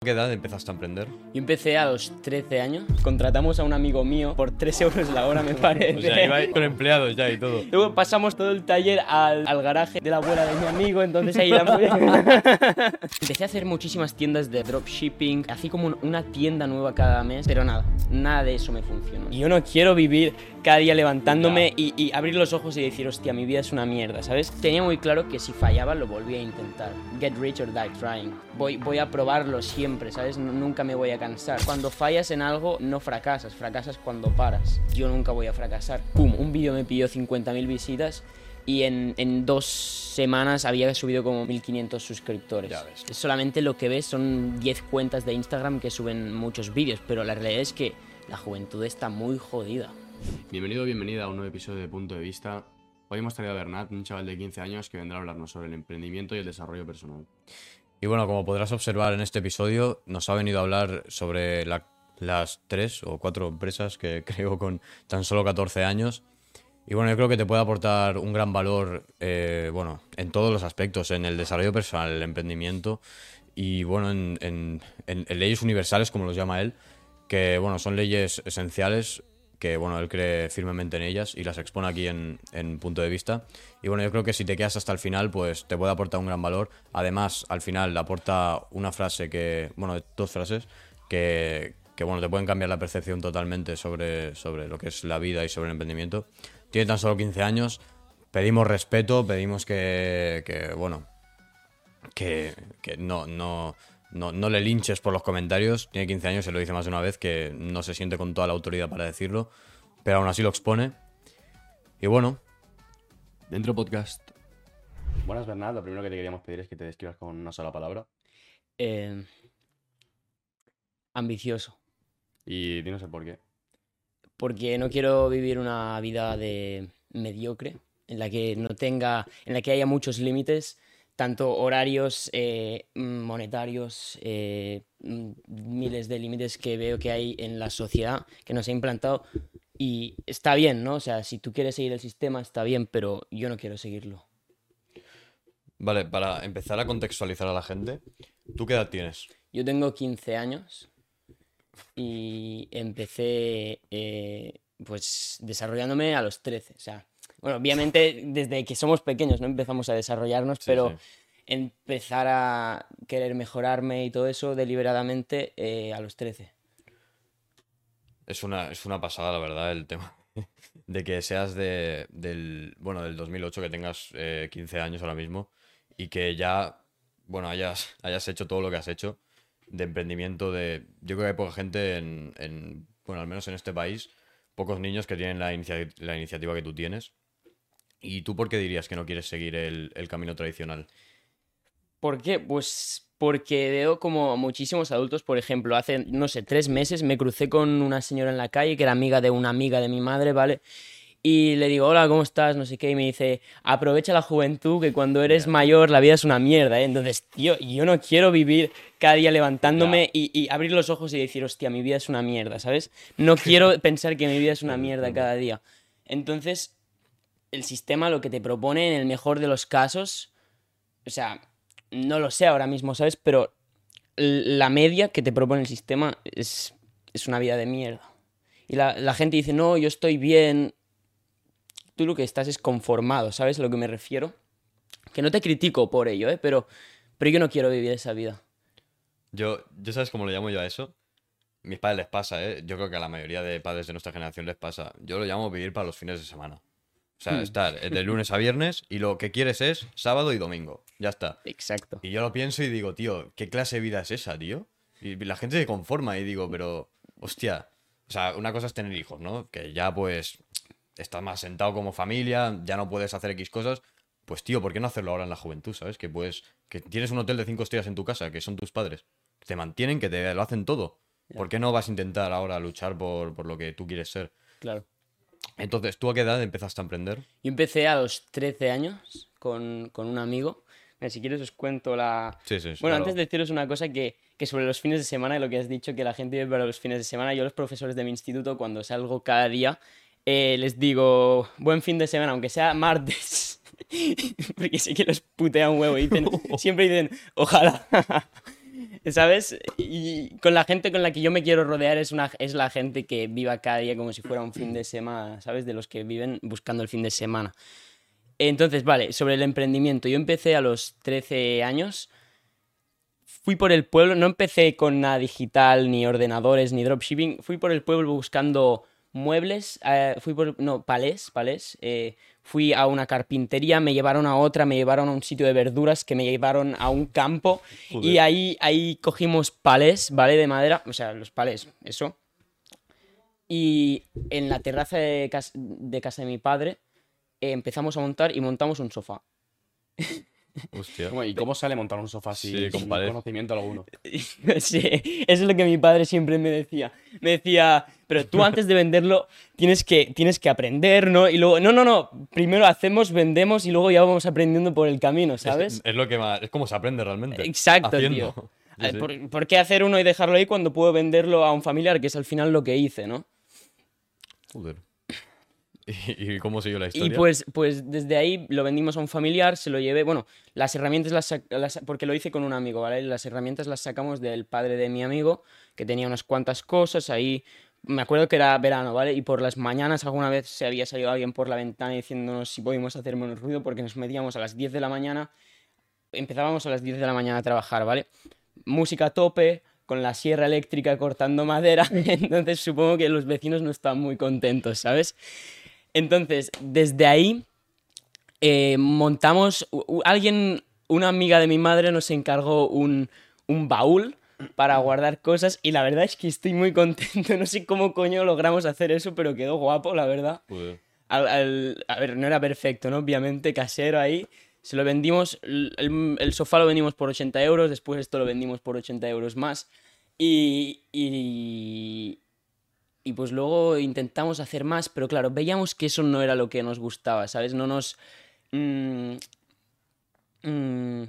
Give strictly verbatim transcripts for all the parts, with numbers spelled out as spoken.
¿Qué edad empezaste a emprender? Yo empecé a los trece años. Contratamos a un amigo mío por tres euros la hora, me parece. O sea, iba con empleados ya y todo. Luego pasamos todo el taller al, al garaje de la abuela de mi amigo, entonces ahí la muy... Empecé a hacer muchísimas tiendas de dropshipping, así como un- una tienda nueva cada mes, pero nada, nada de eso me funcionó. Yo no quiero vivir cada día levantándome y, y abrir los ojos y decir, hostia, mi vida es una mierda, ¿sabes? Tenía muy claro que si fallaba lo volvía a intentar. Get rich or die trying. Voy, voy a probarlo siempre, ¿sabes? N- nunca me voy a cansar. Cuando fallas en algo, no fracasas, fracasas cuando paras. Yo nunca voy a fracasar. Pum, un vídeo me pidió cincuenta mil visitas y en, en dos semanas había subido como mil quinientos suscriptores. Ya ves. Solamente lo que ves son diez cuentas de Instagram que suben muchos vídeos, pero la realidad es que la juventud está muy jodida. Bienvenido o bienvenida a un nuevo episodio de Punto de Vista. Hoy hemos traído a Bernat, un chaval de quince años que vendrá a hablarnos sobre el emprendimiento y el desarrollo personal. Y bueno, como podrás observar en este episodio, nos ha venido a hablar sobre la- las tres o cuatro empresas que creo con tan solo catorce años. Y bueno, yo creo que te puede aportar un gran valor, eh, bueno, en todos los aspectos, en el desarrollo personal, el emprendimiento y bueno, en, en- en- en leyes universales, como los llama él, que bueno, son leyes esenciales que bueno, él cree firmemente en ellas y las expone aquí en, en Punto de Vista. Y bueno, yo creo que si te quedas hasta el final, pues te puede aportar un gran valor. Además, al final aporta una frase que, bueno, dos frases que, que bueno, te pueden cambiar la percepción totalmente sobre, sobre lo que es la vida y sobre el emprendimiento. Tiene tan solo quince años, pedimos respeto, pedimos que, que bueno, que, que no, no, no, no le linches por los comentarios. Tiene quince años, se lo dice más de una vez, que no se siente con toda la autoridad para decirlo, pero aún así lo expone. Y bueno, Dentro podcast. Buenas, Bernat. Lo primero que te queríamos pedir es que te describas con una sola palabra. Eh, ambicioso. Y dinos el por qué. Porque no quiero vivir una vida de mediocre, en la que no tenga, en la que haya muchos límites, tanto horarios, eh, monetarios, eh, mm, miles de límites que veo que hay en la sociedad, que nos ha implantado. Y está bien, ¿no? O sea, si tú quieres seguir el sistema, está bien, pero yo no quiero seguirlo. vale, para empezar a contextualizar a la gente, ¿tú qué edad tienes? Yo tengo quince años y empecé eh, pues desarrollándome a los trece. O sea, bueno, obviamente desde que somos pequeños no empezamos a desarrollarnos, Sí, pero sí. empezar a querer mejorarme y todo eso deliberadamente eh, a los trece. Es una, es una pasada, la verdad, el tema de que seas de, del, bueno, del dos mil ocho, que tengas eh, quince años ahora mismo y que ya, bueno, hayas, hayas hecho todo lo que has hecho de emprendimiento. De, yo creo que hay poca gente en, en, bueno, al menos en este país, pocos niños que tienen la, inicia- la iniciativa que tú tienes. ¿Y tú por qué dirías que no quieres seguir el, el camino tradicional? ¿Por qué? Pues porque veo como muchísimos adultos, por ejemplo, hace, no sé, tres meses me crucé con una señora en la calle que era amiga de una amiga de mi madre, ¿vale? Y le digo, hola, ¿cómo estás? No sé qué. Y me dice, aprovecha la juventud, que cuando eres Ya. mayor la vida es una mierda, ¿eh? Entonces, tío, yo no quiero vivir cada día levantándome y, y abrir los ojos y decir, hostia, mi vida es una mierda, ¿sabes? No quiero pensar que mi vida es una mierda cada día. Entonces, el sistema lo que te propone, en el mejor de los casos, o sea, no lo sé ahora mismo, ¿sabes? Pero l- la media que te propone el sistema es, es una vida de mierda. Y la, la gente dice, no, yo estoy bien. Tú lo que estás es conformado, ¿sabes a lo que me refiero? Que no te critico por ello, ¿eh? Pero, pero yo no quiero vivir esa vida. Yo, ¿yo sabes cómo lo llamo yo a eso? Mis padres les pasa, ¿eh? Yo creo que a la mayoría de padres de nuestra generación les pasa. Yo lo llamo vivir para los fines de semana. O sea, Hmm. estar de lunes a viernes y lo que quieres es sábado y domingo. Ya está. Exacto. Y yo lo pienso y digo, tío, ¿qué clase de vida es esa, tío? Y la gente se conforma y digo, pero, hostia. O sea, una cosa es tener hijos, ¿no? Que ya pues estás más sentado como familia, ya no puedes hacer X cosas. Pues tío, ¿por qué no hacerlo ahora en la juventud, ¿sabes? Que puedes, que tienes un hotel de cinco estrellas en tu casa, que son tus padres. Te mantienen, que te lo hacen todo. ¿Por qué no vas a intentar ahora luchar por, por lo que tú quieres ser? Claro. Entonces, ¿tú a qué edad empezaste a emprender? Yo empecé a los trece años con, con un amigo. Mira, si quieres os cuento la... Sí, sí, sí. Bueno, claro. antes de deciros una cosa que, que sobre los fines de semana y lo que has dicho, que la gente vive para los fines de semana, yo a los profesores de mi instituto, cuando salgo cada día, eh, les digo, buen fin de semana, aunque sea martes. Porque sé que los putea un huevo y dicen, siempre dicen, ojalá. ¿sabes? Y con la gente con la que yo me quiero rodear es, una, es la gente que viva cada día como si fuera un fin de semana, ¿sabes? De los que viven buscando el fin de semana. Entonces, vale, sobre el emprendimiento. Yo empecé a los trece años. Fui por el pueblo, no empecé con nada digital, ni ordenadores, ni dropshipping. Fui por el pueblo buscando muebles, eh, fui por, no, palés, palés. Eh, fui a una carpintería, me llevaron a otra, me llevaron a un sitio de verduras, que me llevaron a un campo. Joder. Y ahí, ahí cogimos palés, ¿vale? De madera, o sea, los palés, eso. Y en la terraza de casa de, casa de mi padre eh, empezamos a montar y montamos un sofá. Hostia. ¿Cómo- ¿Y cómo sale montar un sofá así Sí, con sin pared. conocimiento alguno? Sí, eso es lo que mi padre siempre me decía. Me decía, pero tú antes de venderlo tienes que, tienes que aprender, ¿no? Y luego, no, no, no, primero hacemos, vendemos y luego ya vamos aprendiendo por el camino, ¿sabes? Es, es lo que más. Es como se aprende realmente. Exacto, Haciendo. tío. Sí, sí. ¿Por, por qué hacer uno y dejarlo ahí cuando puedo venderlo a un familiar, que es al final lo que hice, ¿no? Joder. ¿Y, y cómo siguió la Y historia? pues, pues desde ahí lo vendimos a un familiar, se lo llevé, bueno, las herramientas las, sac- las porque lo hice con un amigo, ¿vale? Las herramientas las sacamos del padre de mi amigo, que tenía unas cuantas cosas ahí. Me acuerdo que era verano, ¿vale? Y por las mañanas alguna vez se había salido alguien por la ventana diciéndonos si podíamos hacer menos ruido porque nos metíamos a las diez de la mañana. Empezábamos a las diez de la mañana a trabajar, ¿vale? Música a tope, con la sierra eléctrica cortando madera. Entonces supongo que los vecinos no estaban muy contentos, ¿sabes? Entonces, desde ahí eh, montamos, u- u- alguien, una amiga de mi madre nos encargó un, un baúl para guardar cosas y la verdad es que estoy muy contento. No sé cómo coño logramos hacer eso, pero quedó guapo, la verdad. Joder. Al- al- a ver, no era perfecto, ¿no? Obviamente, casero ahí. Se lo vendimos, el, el- el sofá lo vendimos por ochenta euros, después esto lo vendimos por ochenta euros más. Y, y, y pues luego intentamos hacer más, pero claro, veíamos que eso no era lo que nos gustaba, ¿sabes? No nos... mm, mm,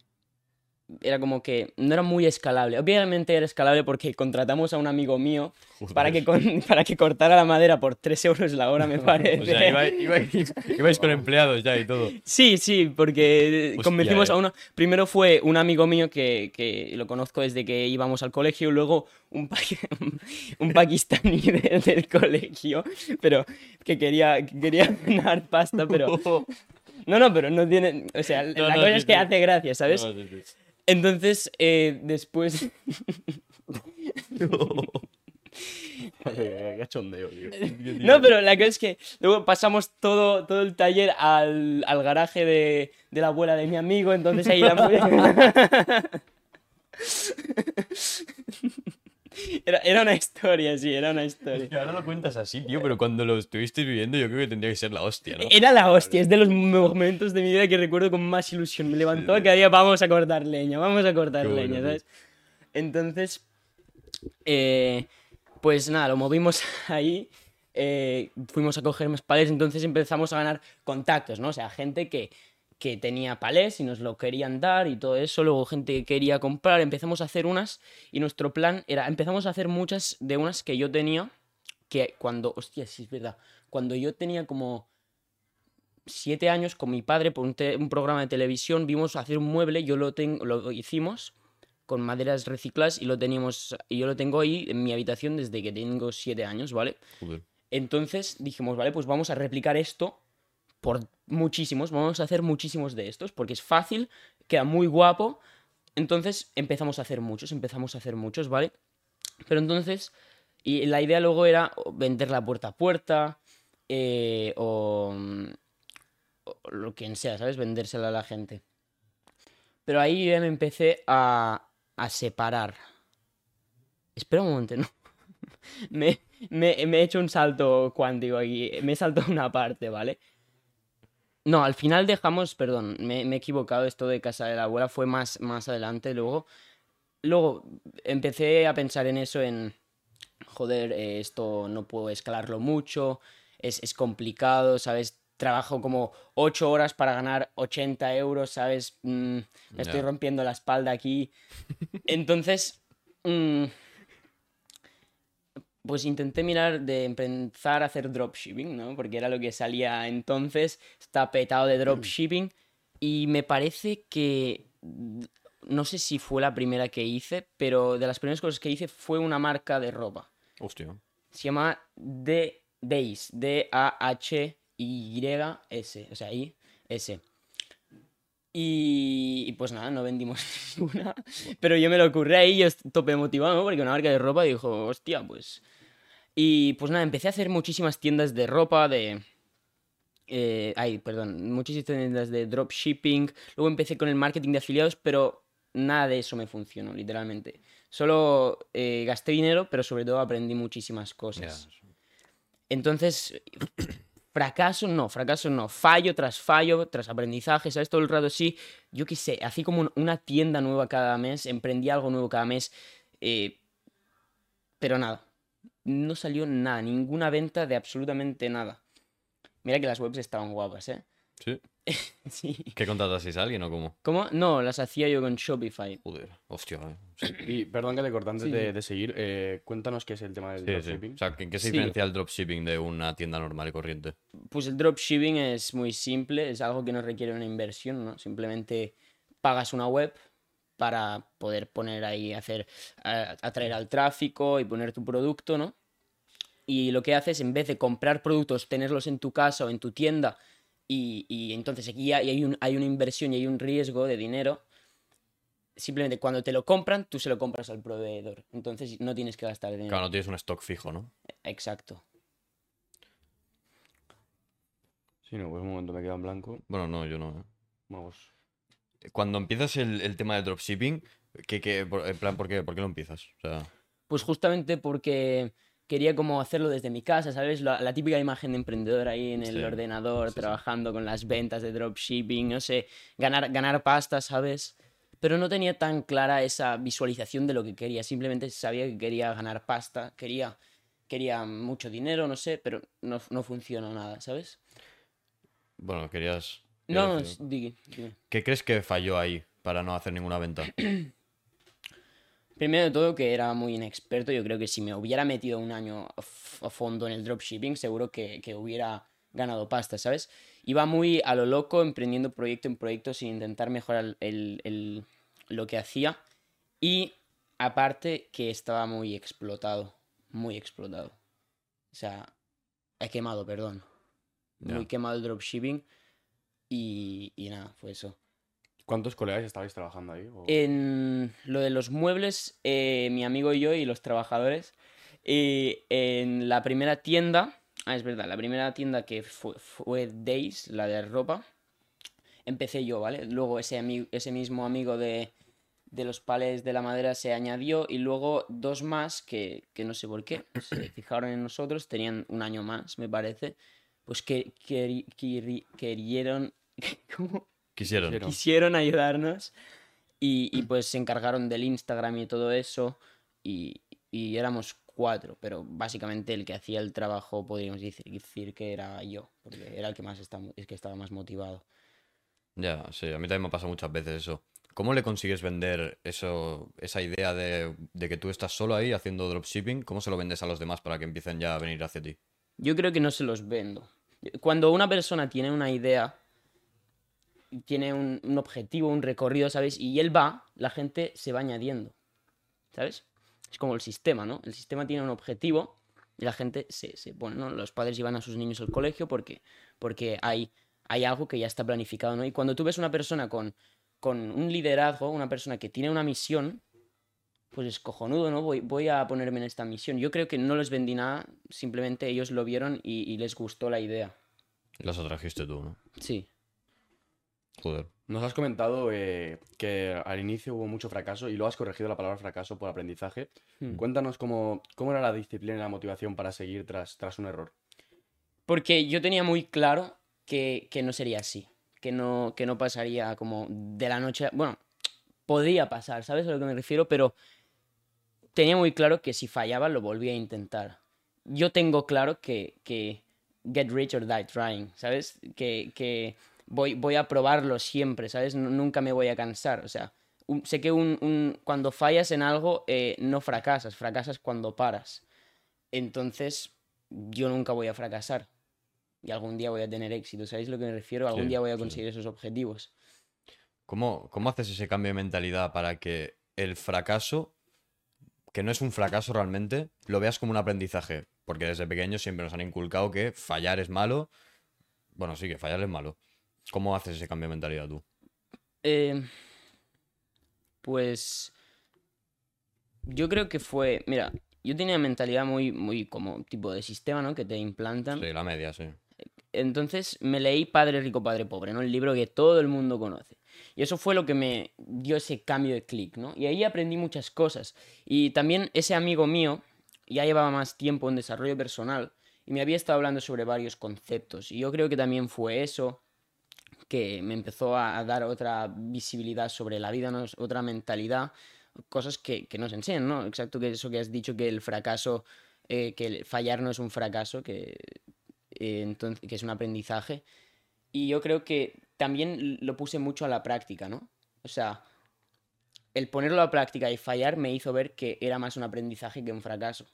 era como que no era muy escalable. Obviamente era escalable porque contratamos a un amigo mío Joder. para que, con- para que cortara la madera por tres euros la hora, me parece. O sea, iba- ibais, ibais con empleados ya y todo. Sí, sí, porque Hostia, convencimos eh. a uno. Primero fue un amigo mío que, que lo conozco desde que íbamos al colegio, y luego un, pa- un pakistaní de- del colegio, pero que quería, que quería ganar pasta, pero. No, no, pero no tiene. O sea, No, la no, cosa sí, es que sí. hace gracia, ¿sabes? No, sí, sí. Entonces, eh, después. Qué cachondeo, tío. No, pero la cosa es que luego pasamos todo, todo el taller al, al garaje de, de la abuela de mi amigo, entonces ahí la mu- Era, era una historia, sí, era una historia. Y ahora lo cuentas así, tío, pero cuando lo estuvisteis viviendo yo creo que tendría que ser la hostia, ¿no? Era la hostia, es de los momentos de mi vida que recuerdo con más ilusión. Me levantó Sí, sí. cada día, vamos a cortar leña, vamos a cortar Qué bueno, leña, tío. ¿sabes? Entonces, eh, pues nada, lo movimos ahí, eh, fuimos a coger más palés, entonces empezamos a ganar contactos, ¿no? O sea, gente que, que tenía palés y nos lo querían dar y todo eso, luego gente que quería comprar, empezamos a hacer unas y nuestro plan era, empezamos a hacer muchas de unas que yo tenía, que cuando, hostia, sí es verdad, cuando yo tenía como siete años con mi padre por un, te- un programa de televisión vimos hacer un mueble, yo lo, tengo, lo hicimos con maderas recicladas y lo teníamos, y yo lo tengo ahí en mi habitación desde que tengo siete años, ¿vale? Joder. Entonces dijimos, vale, pues vamos a replicar esto por muchísimos, vamos a hacer muchísimos de estos, porque es fácil, queda muy guapo. Entonces empezamos a hacer muchos, empezamos a hacer muchos, ¿vale? Pero entonces, y la idea luego era venderla puerta a puerta, eh, o, o lo que sea, ¿sabes? Vendérsela a la gente. Pero ahí ya me empecé a, a separar. Espera un momento, ¿no? me, me, me he hecho un salto cuántico aquí. Me he saltado una parte, ¿vale? No, al final dejamos, perdón, me, me he equivocado, esto de casa de la abuela fue más, más adelante, luego. Luego empecé a pensar en eso, en, joder, eh, esto no puedo escalarlo mucho, es, es complicado, ¿sabes? Trabajo como ocho horas para ganar ochenta euros, ¿sabes? Mm, me estoy Ya. rompiendo la espalda aquí. Entonces, mm, pues intenté mirar de empezar a hacer dropshipping, ¿no? Porque era lo que salía entonces, está petado de dropshipping y me parece que no sé si fue la primera que hice, pero de las primeras cosas que hice fue una marca de ropa. Hostia. Se llama D Days, D A H Y S, o sea, I S. Y, y pues nada, no vendimos ninguna. Pero yo me lo ocurrí ahí, yo tope motivado, ¿no? Porque una marca de ropa dijo, hostia, pues... Y pues nada, empecé a hacer muchísimas tiendas de ropa, de... Eh, ay, perdón, muchísimas tiendas de dropshipping. Luego empecé con el marketing de afiliados, pero nada de eso me funcionó, literalmente. Solo eh, gasté dinero, pero sobre todo aprendí muchísimas cosas. Ya. Entonces, fracaso no, fracaso no. Fallo tras fallo, tras aprendizaje, ¿sabes? Todo el rato sí. Yo qué sé, hacía como un- una tienda nueva cada mes, emprendí algo nuevo cada mes. eh, pero nada, no salió nada, ninguna venta de absolutamente nada. Mira que las webs estaban guapas, ¿eh? ¿Sí? Sí. ¿Qué contratasteis a alguien o cómo? ¿Cómo? No, las hacía yo con Shopify. Joder, hostia, eh. Sí, Y perdón que te corte antes Sí, de, sí. de seguir. eh, cuéntanos qué es el tema del sí, sí. dropshipping. O sea, ¿en qué se Sí. diferencia el dropshipping de una tienda normal y corriente? Pues el dropshipping es muy simple, es algo que no requiere una inversión, ¿no? Simplemente pagas una web para poder poner ahí, hacer, a- atraer al tráfico y poner tu producto, ¿no? Y lo que haces, en vez de comprar productos, tenerlos en tu casa o en tu tienda, y, y entonces aquí hay, hay un- hay una inversión y hay un riesgo de dinero, simplemente cuando te lo compran, tú se lo compras al proveedor. Entonces no tienes que gastar dinero. Claro, no tienes un stock fijo, ¿no? Exacto. Sí, no, pues un momento me queda en blanco. Bueno, no, yo no. ¿eh? Vamos. Cuando empiezas el, el tema del dropshipping, ¿qué, qué, por- en plan, ¿por qué, por qué lo empiezas? O sea, Pues justamente porque quería como hacerlo desde mi casa, ¿sabes? La, la típica imagen de emprendedor ahí en el Sí, ordenador, sí, sí. trabajando con las ventas de dropshipping, no sé, ganar, ganar pasta, ¿sabes? Pero no tenía tan clara esa visualización de lo que quería, simplemente sabía que quería ganar pasta, quería, quería mucho dinero, no sé, pero no, no funcionó nada, ¿sabes? bueno, querías... No, querías no, decir- es- di- dime. ¿Qué crees que falló ahí para no hacer ninguna venta? Primero de todo que era muy inexperto, yo creo que si me hubiera metido un año a f- a fondo en el dropshipping, seguro que, que hubiera ganado pasta, ¿sabes? Iba muy a lo loco, emprendiendo proyecto en proyecto sin intentar mejorar el, el- lo que hacía. Y aparte que estaba muy explotado, muy explotado. O sea, he quemado, perdón. Ya. Muy quemado el dropshipping y, y nada, fue eso. ¿Cuántos colegas estabais trabajando ahí? O- En lo de los muebles, eh, mi amigo y yo y los trabajadores, y en la primera tienda, ah, es verdad, la primera tienda que fue, fue Days, la de ropa, empecé yo, ¿vale? Luego ese, ami- ese mismo amigo de, de los palés de la madera se añadió y luego dos más que, que no sé por qué, se fijaron en nosotros, tenían un año más, me parece, pues que, que, que- querieron... ¿Cómo? Quisieron. Quisieron. Quisieron ayudarnos y, y, pues se encargaron del Instagram y todo eso y, y éramos cuatro, pero básicamente el que hacía el trabajo podríamos decir, decir que era yo, porque era el que más está, es que estaba más motivado. Ya, sí, a mí también me pasa muchas veces eso. ¿Cómo le consigues vender eso, esa idea de, de que tú estás solo ahí haciendo dropshipping? ¿Cómo se lo vendes a los demás para que empiecen ya a venir hacia ti? Yo creo que no se los vendo. Cuando una persona tiene una idea, tiene un, un objetivo, un recorrido, ¿sabes? Y él va, la gente se va añadiendo, ¿sabes? Es como el sistema, ¿no? El sistema tiene un objetivo y la gente se, se pone, ¿no? Los padres llevan a sus niños al colegio porque, porque hay, hay algo que ya está planificado, ¿no? Y cuando tú ves una persona con, con un liderazgo, una persona que tiene una misión, pues es cojonudo, ¿no? Voy, voy a ponerme en esta misión. Yo creo que no les vendí nada, simplemente ellos lo vieron y, y les gustó la idea. Las atrajiste tú, ¿no? Sí. Joder. Nos has comentado eh, que al inicio hubo mucho fracaso y luego has corregido la palabra fracaso por aprendizaje. Hmm. Cuéntanos cómo, cómo era la disciplina y la motivación para seguir tras, tras un error. Porque yo tenía muy claro que, que no sería así. Que no, que no pasaría como de la noche a... Bueno, podría pasar, ¿sabes a lo que me refiero? Pero tenía muy claro que si fallaba lo volvía a intentar. Yo tengo claro que, que get rich or die trying, ¿sabes? Que, que voy, voy a probarlo siempre, ¿sabes? N- Nunca me voy a cansar. O sea, un- sé que un, un- cuando fallas en algo eh, no fracasas, fracasas cuando paras. Entonces, yo nunca voy a fracasar. Y algún día voy a tener éxito, ¿sabéis a lo que me refiero? Algún Sí, día voy a sí, sí. conseguir esos objetivos. ¿Cómo, cómo haces ese cambio de mentalidad para que el fracaso, que no es un fracaso realmente, lo veas como un aprendizaje? Porque desde pequeños siempre nos han inculcado que fallar es malo. Bueno, sí, que fallar es malo. ¿Cómo haces ese cambio de mentalidad tú? Eh, pues yo creo que fue, mira, yo tenía mentalidad muy, muy como tipo de sistema, ¿no? Que te implantan. Sí, la media, sí. Entonces me leí Padre Rico, Padre Pobre, ¿no? El libro que todo el mundo conoce. Y eso fue lo que me dio ese cambio de clic, ¿no? Y ahí aprendí muchas cosas. Y también ese amigo mío ya llevaba más tiempo en desarrollo personal y me había estado hablando sobre varios conceptos. Y yo creo que también fue eso que me empezó a, a dar otra visibilidad sobre la vida, ¿no? Otra mentalidad, cosas que, que nos enseñan, ¿no? Exacto, que eso que has dicho, que el fracaso, eh, que el fallar no es un fracaso, que, eh, entonces, que es un aprendizaje. Y yo creo que también lo puse mucho a la práctica, ¿no? O sea, el ponerlo a la práctica y fallar me hizo ver que era más un aprendizaje que un fracaso.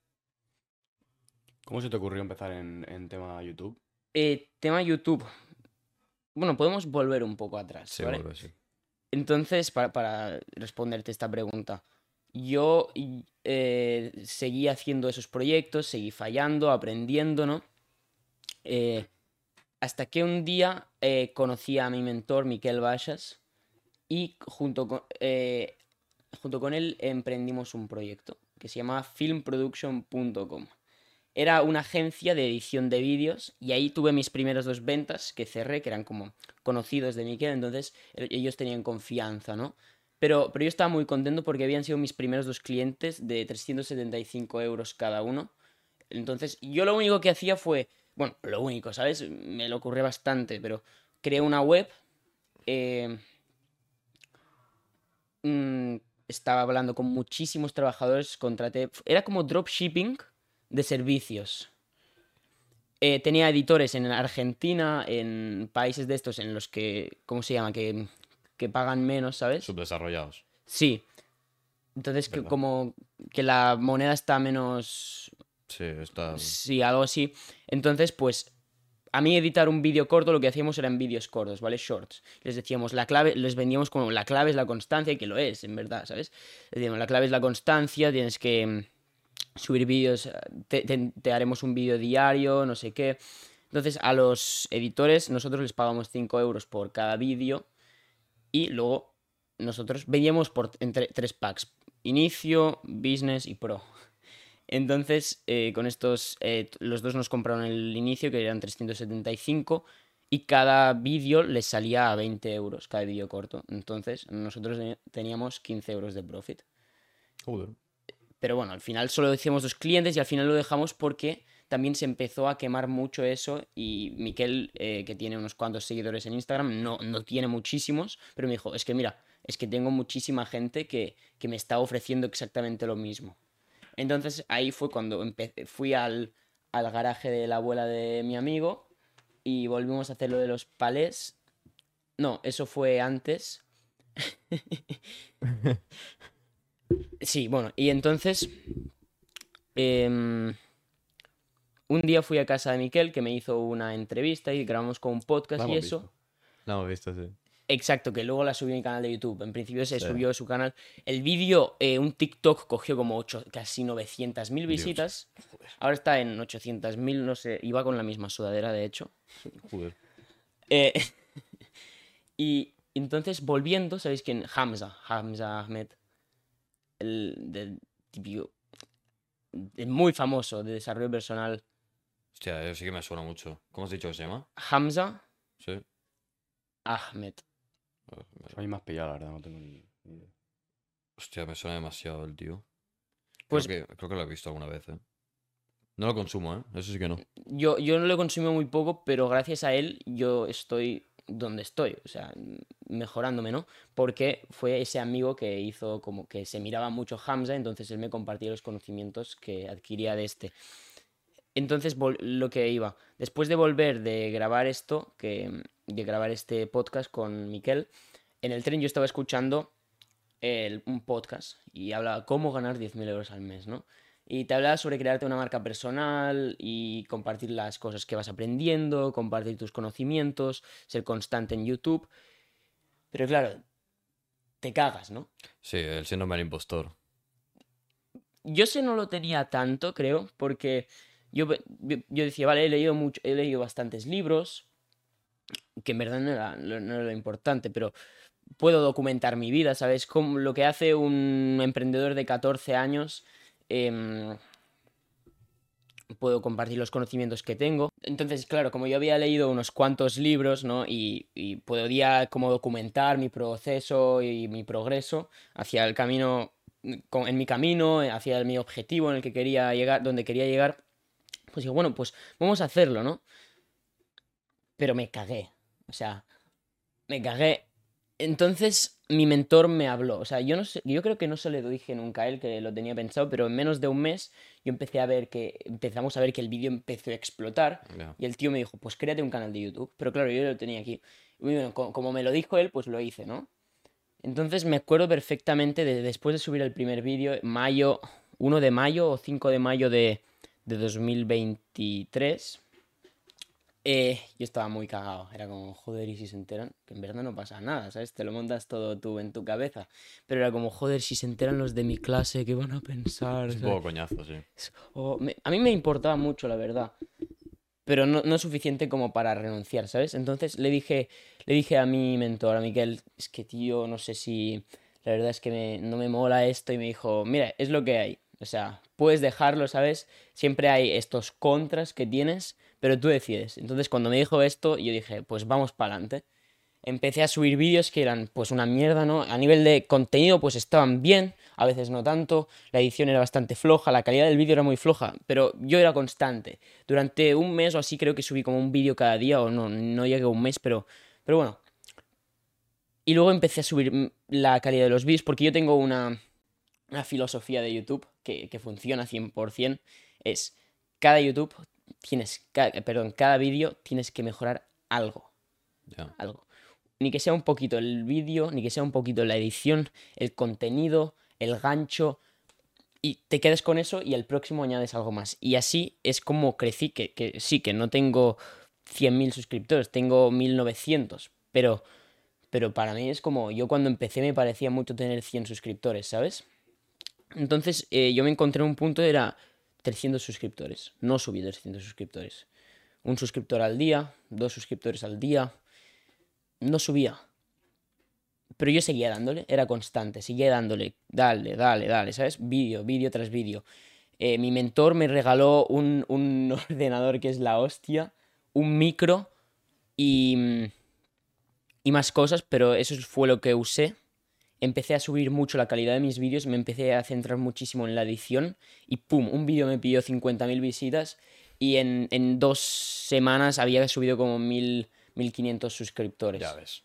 ¿Cómo se te ocurrió empezar en, en tema YouTube? Eh, tema YouTube. Bueno, podemos volver un poco atrás, Sí, ¿vale? vuelve, sí. Entonces, para, para responderte esta pregunta, yo eh, seguí haciendo esos proyectos, seguí fallando, aprendiendo, ¿no? Eh, hasta que un día eh, conocí a mi mentor, Miquel Baixas, y junto con, eh, junto con él emprendimos un proyecto que se llamaba film production punto com. Era una agencia de edición de vídeos y ahí tuve mis primeras dos ventas que cerré, que eran como conocidos de Miquel, entonces ellos tenían confianza, ¿no? Pero, pero yo estaba muy contento porque habían sido mis primeros dos clientes de trescientos setenta y cinco euros cada uno. Entonces yo lo único que hacía fue, bueno, lo único, ¿sabes? Me lo ocurrió bastante, pero creé una web, eh, mm, estaba hablando con muchísimos trabajadores, contraté, era como dropshipping de servicios. Eh, tenía editores en Argentina, en países de estos en los que, ¿cómo se llama? Que, que pagan menos, ¿sabes? Subdesarrollados. Sí. Entonces, que, ¿Verdad? como que la moneda está menos... Sí, está. Sí, algo así. Entonces, pues, a mí editar un vídeo corto lo que hacíamos eran vídeos cortos, ¿vale? Shorts. Les decíamos, la clave, les vendíamos como, la clave es la constancia, y que lo es, en verdad, ¿sabes? Les decíamos, la clave es la constancia, tienes que subir vídeos, te, te, te haremos un vídeo diario, no sé qué. Entonces a los editores nosotros les pagamos cinco euros por cada vídeo y luego nosotros vendíamos por entre tres packs, inicio, business y pro. Entonces eh, con estos, eh, los dos nos compraron el inicio que eran trescientos setenta y cinco y cada vídeo les salía a veinte euros, cada vídeo corto. Entonces nosotros teníamos quince euros de profit. Joder. Pero bueno, al final solo decíamos dos clientes y al final lo dejamos porque también se empezó a quemar mucho eso y Miquel, eh, que tiene unos cuantos seguidores en Instagram, no, no tiene muchísimos, pero me dijo, es que mira, es que tengo muchísima gente que, que me está ofreciendo exactamente lo mismo. Entonces ahí fue cuando empecé, fui al, al garaje de la abuela de mi amigo y volvimos a hacer lo de los palés. No, eso fue antes. Sí, bueno, y entonces em, un día fui a casa de Miquel que me hizo una entrevista y grabamos con un La podcast y hemos eso. visto. La hemos visto, sí. Exacto, que luego la subí a mi canal de YouTube. En principio se Sí. subió a su canal. El vídeo, eh, un TikTok cogió como ocho, casi novecientas mil Dios. visitas. Ahora está en ochocientas mil, no sé, iba con la misma sudadera, de hecho. Joder. Eh, y entonces volviendo, ¿sabéis quién? Hamza, Hamza Ahmed. El del típico, el muy famoso de desarrollo personal. Hostia, eso sí que me suena mucho. ¿Cómo has dicho que se llama? Hamza Sí. Ahmed. A mí me has pillado, la verdad, no tengo ni, ni idea. Hostia, me suena demasiado el tío. Pues Creo que, creo que lo he visto alguna vez, ¿eh? No lo consumo, ¿eh? Eso sí que no. yo, yo no lo consumo muy poco, pero gracias a él yo estoy donde estoy, o sea, mejorándome, ¿no? Porque fue ese amigo que hizo como que se miraba mucho Hamza, entonces él me compartía los conocimientos que adquiría de este. Entonces, lo que iba, después de volver de grabar esto, que, de grabar este podcast con Miquel, en el tren yo estaba escuchando el, un podcast y hablaba cómo ganar diez mil euros al mes, ¿no? Y te hablaba sobre crearte una marca personal y compartir las cosas que vas aprendiendo, compartir tus conocimientos, ser constante en YouTube. Pero claro, te cagas, ¿no? Sí, el síndrome del impostor. Yo ese no lo tenía tanto, creo, porque yo, ve- yo, yo decía, vale, he leído mucho, he leído bastantes libros, que en verdad no era, lo- no era lo importante, pero puedo documentar mi vida, ¿sabes? Como lo que hace un emprendedor de catorce años, em, puedo compartir los conocimientos que tengo. Entonces, claro, como yo había leído unos cuantos libros, ¿no? Y, y podía como documentar mi proceso y mi progreso hacia el camino, con- en mi camino, hacia mi objetivo en el que quería llegar, donde quería llegar, pues digo, bueno, pues vamos a hacerlo, ¿no? Pero me cagué. O sea, me cagué. Entonces mi mentor me habló. O sea, yo no sé, yo creo que no se lo dije nunca a él que lo tenía pensado, pero en menos de un mes yo empecé a ver que, empezamos a ver que el vídeo empezó a explotar. Ya. Y el tío me dijo, pues créate un canal de YouTube. Pero claro, yo lo tenía aquí. Y bueno, co- como me lo dijo él, pues lo hice, ¿no? Entonces me acuerdo perfectamente de después de subir el primer vídeo, mayo, uno de mayo o cinco de mayo de, de dos mil veintitrés. Eh, yo estaba muy cagado, era como, joder, y si se enteran, que en verdad no pasa nada, ¿sabes? Te lo montas todo tú en tu cabeza. Pero era como, joder, si se enteran los de mi clase, ¿qué van a pensar? Es un ¿sabes? poco coñazo, sí. O me- a mí me importaba mucho, la verdad, pero no, no suficiente como para renunciar, ¿sabes? Entonces le dije, le dije a mi mentor, a Miquel, es que tío, no sé si, la verdad es que me- no me mola esto, y me dijo, mira, es lo que hay, o sea, puedes dejarlo, ¿sabes? Siempre hay estos contras que tienes, pero tú decides. Entonces cuando me dijo esto, yo dije, pues vamos para adelante. Empecé a subir vídeos que eran pues una mierda, ¿no? A nivel de contenido pues estaban bien, a veces no tanto, la edición era bastante floja, la calidad del vídeo era muy floja, pero yo era constante. Durante un mes o así creo que subí como un vídeo cada día, o no, no llegué a un mes, pero, pero bueno. Y luego empecé a subir mm, la calidad de los vídeos porque yo tengo una, una filosofía de YouTube que, que funciona cien por ciento. Es, cada YouTube tienes, ca- perdón, cada vídeo tienes que mejorar algo, Ya. algo. Ni que sea un poquito el vídeo, ni que sea un poquito la edición, el contenido, el gancho, y te quedas con eso y el próximo añades algo más. Y así es como crecí, que, que sí, que no tengo cien mil suscriptores, tengo mil novecientos, pero, pero para mí es como, yo cuando empecé me parecía mucho tener cien suscriptores, ¿sabes? Entonces eh, yo me encontré en un punto, era trescientos suscriptores, no subí trescientos suscriptores. Un suscriptor al día, dos suscriptores al día, no subía. Pero yo seguía dándole, era constante, seguía dándole, dale, dale, dale, ¿sabes? Vídeo, vídeo tras vídeo. Eh, mi mentor me regaló un, un ordenador que es la hostia, un micro y, y más cosas, pero eso fue lo que usé. Empecé a subir mucho la calidad de mis vídeos, me empecé a centrar muchísimo en la edición y ¡pum! Un vídeo me pidió cincuenta mil visitas y en, en dos semanas había subido como mil, mil quinientos suscriptores. Ya ves.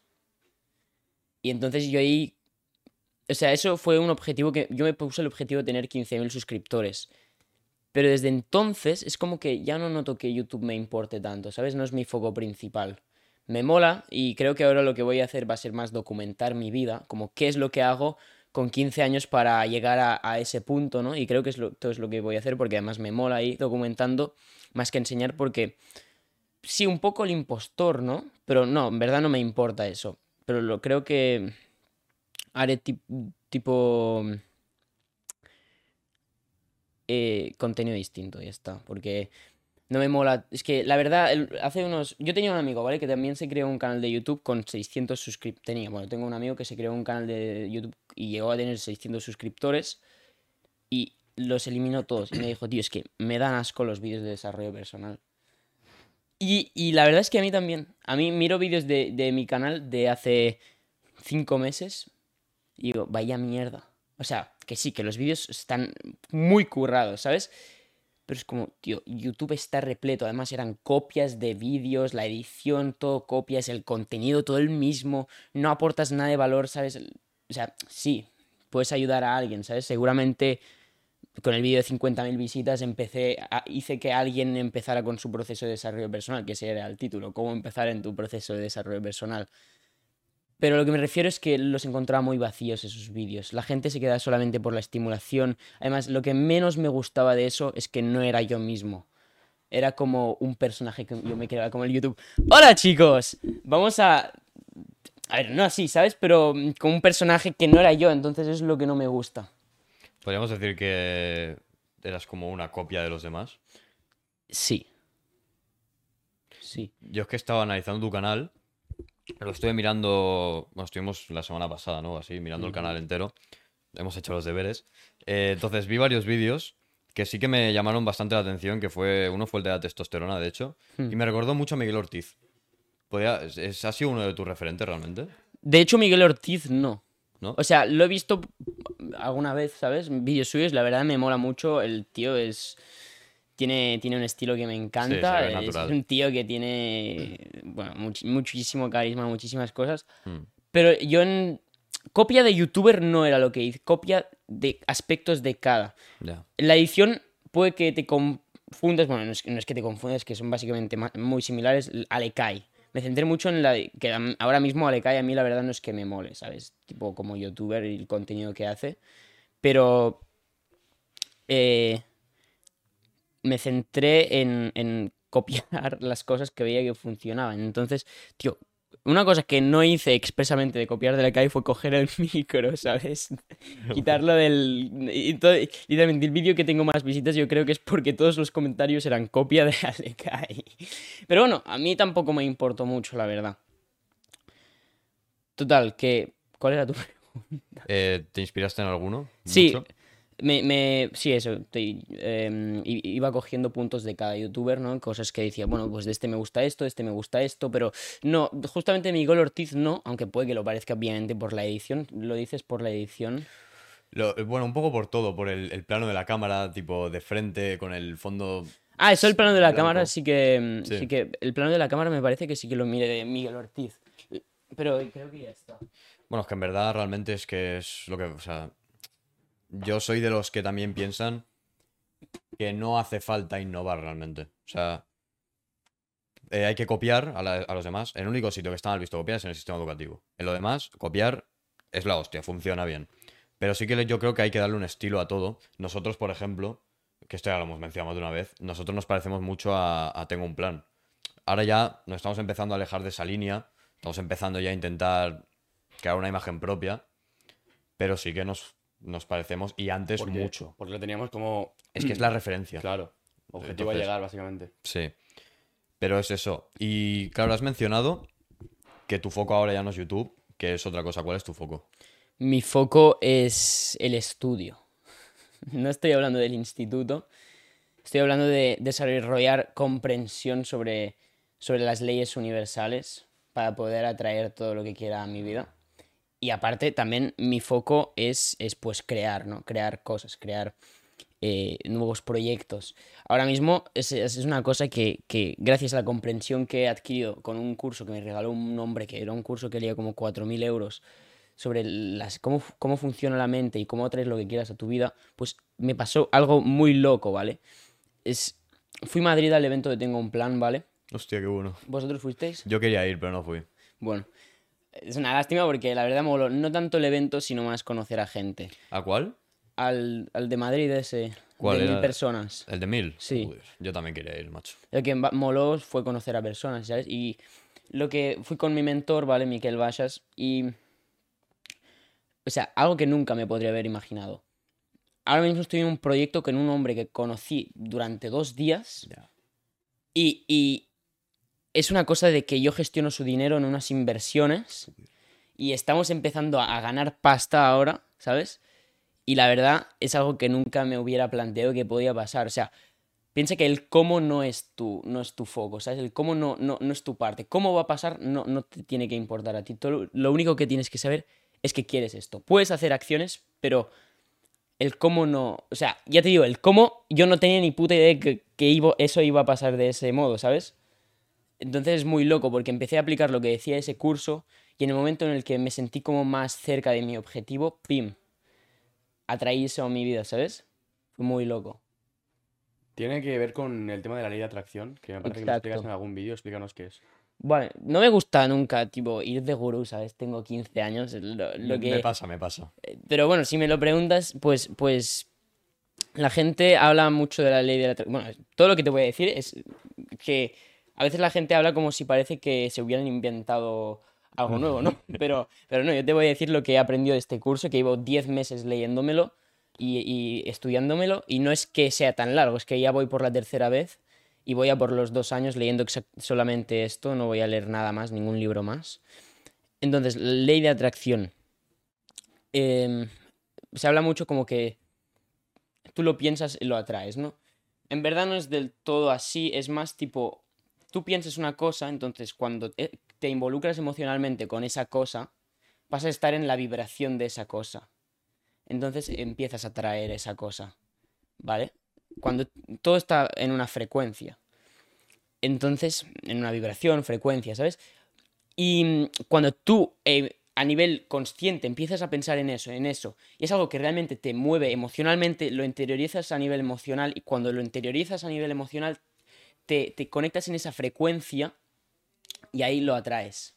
Y entonces yo ahí, o sea, eso fue un objetivo que yo me puse el objetivo de tener quince mil suscriptores. Pero desde entonces es como que ya no noto que YouTube me importe tanto, ¿sabes? No es mi foco principal. Me mola y creo que ahora lo que voy a hacer va a ser más documentar mi vida, como qué es lo que hago con quince años para llegar a, a ese punto, ¿no? Y creo que es lo, todo es lo que voy a hacer porque además me mola ir documentando más que enseñar porque sí, un poco el impostor, ¿no? Pero no, en verdad no me importa eso. Pero lo creo que haré tip- tipo eh, contenido distinto, ya está. Porque no me mola. Es que la verdad, el- hace unos. Yo tenía un amigo, ¿vale? Que también se creó un canal de YouTube con seiscientos suscriptores. Tenía, bueno, tengo un amigo que se creó un canal de YouTube y llegó a tener seiscientos suscriptores y los eliminó todos. Y me dijo, tío, es que me dan asco los vídeos de desarrollo personal. Y, y la verdad es que a mí también. A mí miro vídeos de, de mi canal de hace cinco meses y digo, vaya mierda. O sea, que sí, que los vídeos están muy currados, ¿sabes? Pero es como, tío, YouTube está repleto. Además eran copias de vídeos, la edición, todo copias, el contenido, todo el mismo. No aportas nada de valor, ¿sabes? O sea, sí, puedes ayudar a alguien, ¿sabes? Seguramente con el vídeo de cincuenta mil visitas empecé, a- hice que alguien empezara con su proceso de desarrollo personal, que ese era el título, cómo empezar en tu proceso de desarrollo personal. Pero lo que me refiero es que los encontraba muy vacíos esos vídeos. La gente se quedaba solamente por la estimulación. Además, lo que menos me gustaba de eso es que no era yo mismo. Era como un personaje que yo me creaba como el YouTube. ¡Hola, chicos! Vamos a A ver, no así, ¿sabes? Pero mm, con un personaje que no era yo, entonces es lo que no me gusta. Podríamos decir que eras como una copia de los demás. Sí. Sí. Yo es que estaba analizando tu canal, lo estuve mirando, bueno, estuvimos la semana pasada, ¿no? Así, mirando el canal entero. Hemos hecho los deberes. Eh, entonces vi varios vídeos que sí que me llamaron bastante la atención, que fue, uno fue el de la testosterona, de hecho, y me recordó mucho a Miguel Ortiz. Podría, es, es- ¿ha sido uno de tus referentes realmente? De hecho, Miguel Ortiz no. ¿No? O sea, lo he visto alguna vez, ¿sabes? Vídeos suyos, la verdad me mola mucho. El tío es. Tiene, tiene un estilo que me encanta. se ve es, natural. es un tío que tiene. Bueno, much- muchísimo carisma, muchísimas cosas. Hmm. Pero yo en. Copia de youtuber no era lo que hice. Copia de aspectos de cada. Ya. La edición puede que te confundas. Bueno, no es, no es que te confundas, que son básicamente ma- muy similares. Alekai. Me centré mucho en la de- que am- ahora mismo Alekai a mí la verdad no es que me mole, ¿sabes? Tipo como youtuber y el contenido que hace. Pero eh, me centré en, en copiar las cosas que veía que funcionaban. Entonces, tío, una cosa que no hice expresamente de copiar de Alekai fue coger el micro, ¿sabes? Quitarlo del... Y todo- literalmente, el vídeo que tengo más visitas yo creo que es porque todos los comentarios eran copia de Alekai. Pero bueno, a mí tampoco me importó mucho, la verdad. Total, que... ¿Cuál era tu...? Eh, ¿te inspiraste en alguno? Sí, ¿Mucho? me, me, sí, eso. Te- em, i- iba cogiendo puntos de cada youtuber, ¿no? Cosas que decía, bueno, pues de este me gusta esto, de este me gusta esto, pero no, justamente Miguel Ortiz no, aunque puede que lo parezca obviamente por la edición. ¿Lo dices por la edición? Lo- bueno, un poco por todo, por el, el plano de la cámara, tipo de frente, con el fondo Ah, eso el plano de la blanco. cámara sí que, em, Sí. sí que... El plano de la cámara me parece que sí que lo mire de Miguel Ortiz. Pero creo que ya está. Bueno, es que en verdad realmente es que es lo que, o sea, yo soy de los que también piensan que no hace falta innovar realmente. O sea, eh, hay que copiar a, la- a los demás. El único sitio que está mal visto copiar es en el sistema educativo. En lo demás, copiar es la hostia, funciona bien. Pero sí que le- yo creo que hay que darle un estilo a todo. Nosotros, por ejemplo, que esto ya lo hemos mencionado más de una vez, nosotros nos parecemos mucho a, a Tengo un Plan. Ahora ya nos estamos empezando a alejar de esa línea. Estamos empezando ya a intentar crear una imagen propia. Pero sí que nos, nos parecemos y antes Porque- mucho. Porque lo teníamos como. Es que es la referencia. Claro. Objetivo a Entonces- llegar, básicamente. Sí. Pero es eso. Y claro, has mencionado que tu foco ahora ya no es YouTube, que es otra cosa. ¿Cuál es tu foco? Mi foco es el estudio. No estoy hablando del instituto. Estoy hablando de desarrollar comprensión sobre, sobre las leyes universales para poder atraer todo lo que quiera a mi vida. Y aparte, también mi foco es, es pues crear, ¿no? Crear cosas, crear eh, nuevos proyectos. Ahora mismo es, es una cosa que, que gracias a la comprensión que he adquirido con un curso que me regaló un hombre, que era un curso que leía como cuatro mil euros, sobre las, cómo, cómo funciona la mente y cómo atraer lo que quieras a tu vida, pues me pasó algo muy loco, ¿vale? Es, fui a Madrid al evento de Tengo un Plan, ¿vale? Hostia, qué bueno. ¿Vosotros fuisteis? Yo quería ir, pero no fui. Bueno, es una lástima porque la verdad me moló no tanto el evento, sino más conocer a gente. ¿A cuál? Al, al de Madrid ese, ¿Cuál de era? mil personas. ¿El de mil? Sí. Joder, yo también quería ir, macho. Lo que va- moló fue conocer a personas, ¿sabes? Y lo que fui con mi mentor, ¿vale? Miquel Baixas, y... O sea, algo que nunca me podría haber imaginado. Ahora mismo estoy en un proyecto con un hombre que conocí durante dos días Ya. y, y es una cosa de que yo gestiono su dinero en unas inversiones y estamos empezando a, a ganar pasta ahora, ¿sabes? Y la verdad es algo que nunca me hubiera planteado que podía pasar. O sea, piensa que el cómo no es tu, no es tu foco, ¿sabes? El cómo no, no, no es tu parte. Cómo va a pasar no, no te tiene que importar a ti. Todo, lo único que tienes que saber es que quieres esto. Puedes hacer acciones, pero el cómo no... O sea, ya te digo, el cómo yo no tenía ni puta idea que, que iba- eso iba a pasar de ese modo, ¿sabes? Entonces es muy loco porque empecé a aplicar lo que decía ese curso y en el momento en el que me sentí como más cerca de mi objetivo, ¡pim! Atraí eso a mi vida, ¿sabes? Fue muy loco. Tiene que ver con el tema de la ley de atracción, que me parece que lo Exacto. explicas en algún vídeo. Explícanos qué es. Bueno, no me gusta nunca, tipo, ir de gurú, ¿sabes? Tengo quince años, lo, lo que... Me pasa, me pasa. Pero bueno, si me lo preguntas, pues, pues la gente habla mucho de la ley de la atracción. Bueno, todo lo que te voy a decir es que a veces la gente habla como si parece que se hubieran inventado algo nuevo, ¿no? Pero, pero no, yo te voy a decir lo que he aprendido de este curso, que llevo diez meses leyéndomelo y, y estudiándomelo, y no es que sea tan largo, es que ya voy por la tercera vez y voy a por los dos años leyendo solamente esto, no voy a leer nada más, ningún libro más. Entonces, ley de atracción. Eh, se habla mucho como que tú lo piensas y lo atraes, ¿no? En verdad no es del todo así, es más tipo, tú piensas una cosa, entonces cuando te, te involucras emocionalmente con esa cosa, vas a estar en la vibración de esa cosa. Entonces empiezas a atraer esa cosa, ¿vale? Cuando todo está en una frecuencia. Entonces, en una vibración, frecuencia, ¿sabes? Y cuando tú, eh, a nivel consciente, empiezas a pensar en eso, en eso, y es algo que realmente te mueve emocionalmente, lo interiorizas a nivel emocional, y cuando lo interiorizas a nivel emocional, te, te conectas en esa frecuencia y ahí lo atraes.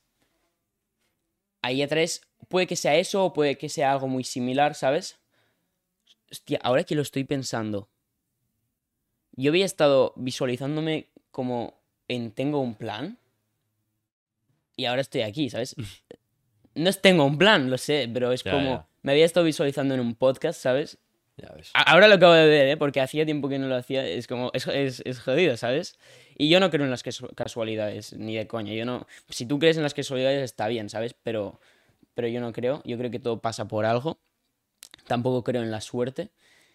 Ahí atraes, puede que sea eso o puede que sea algo muy similar, ¿sabes? Hostia, ahora que lo estoy pensando, yo había estado visualizándome como en tengo un plan y ahora estoy aquí, ¿sabes? No es tengo un plan, lo sé, pero es Ya, como ya. me había estado visualizando en un podcast, ¿sabes? Ya ves. A- Ahora lo acabo de ver, ¿eh? Porque hacía tiempo que no lo hacía, es como, es, es, es jodido, ¿sabes? Y yo no creo en las casu- casualidades, ni de coña, yo no... Si tú crees en las casualidades está bien, ¿sabes? Pero, pero yo no creo, yo creo que todo pasa por algo, tampoco creo en la suerte.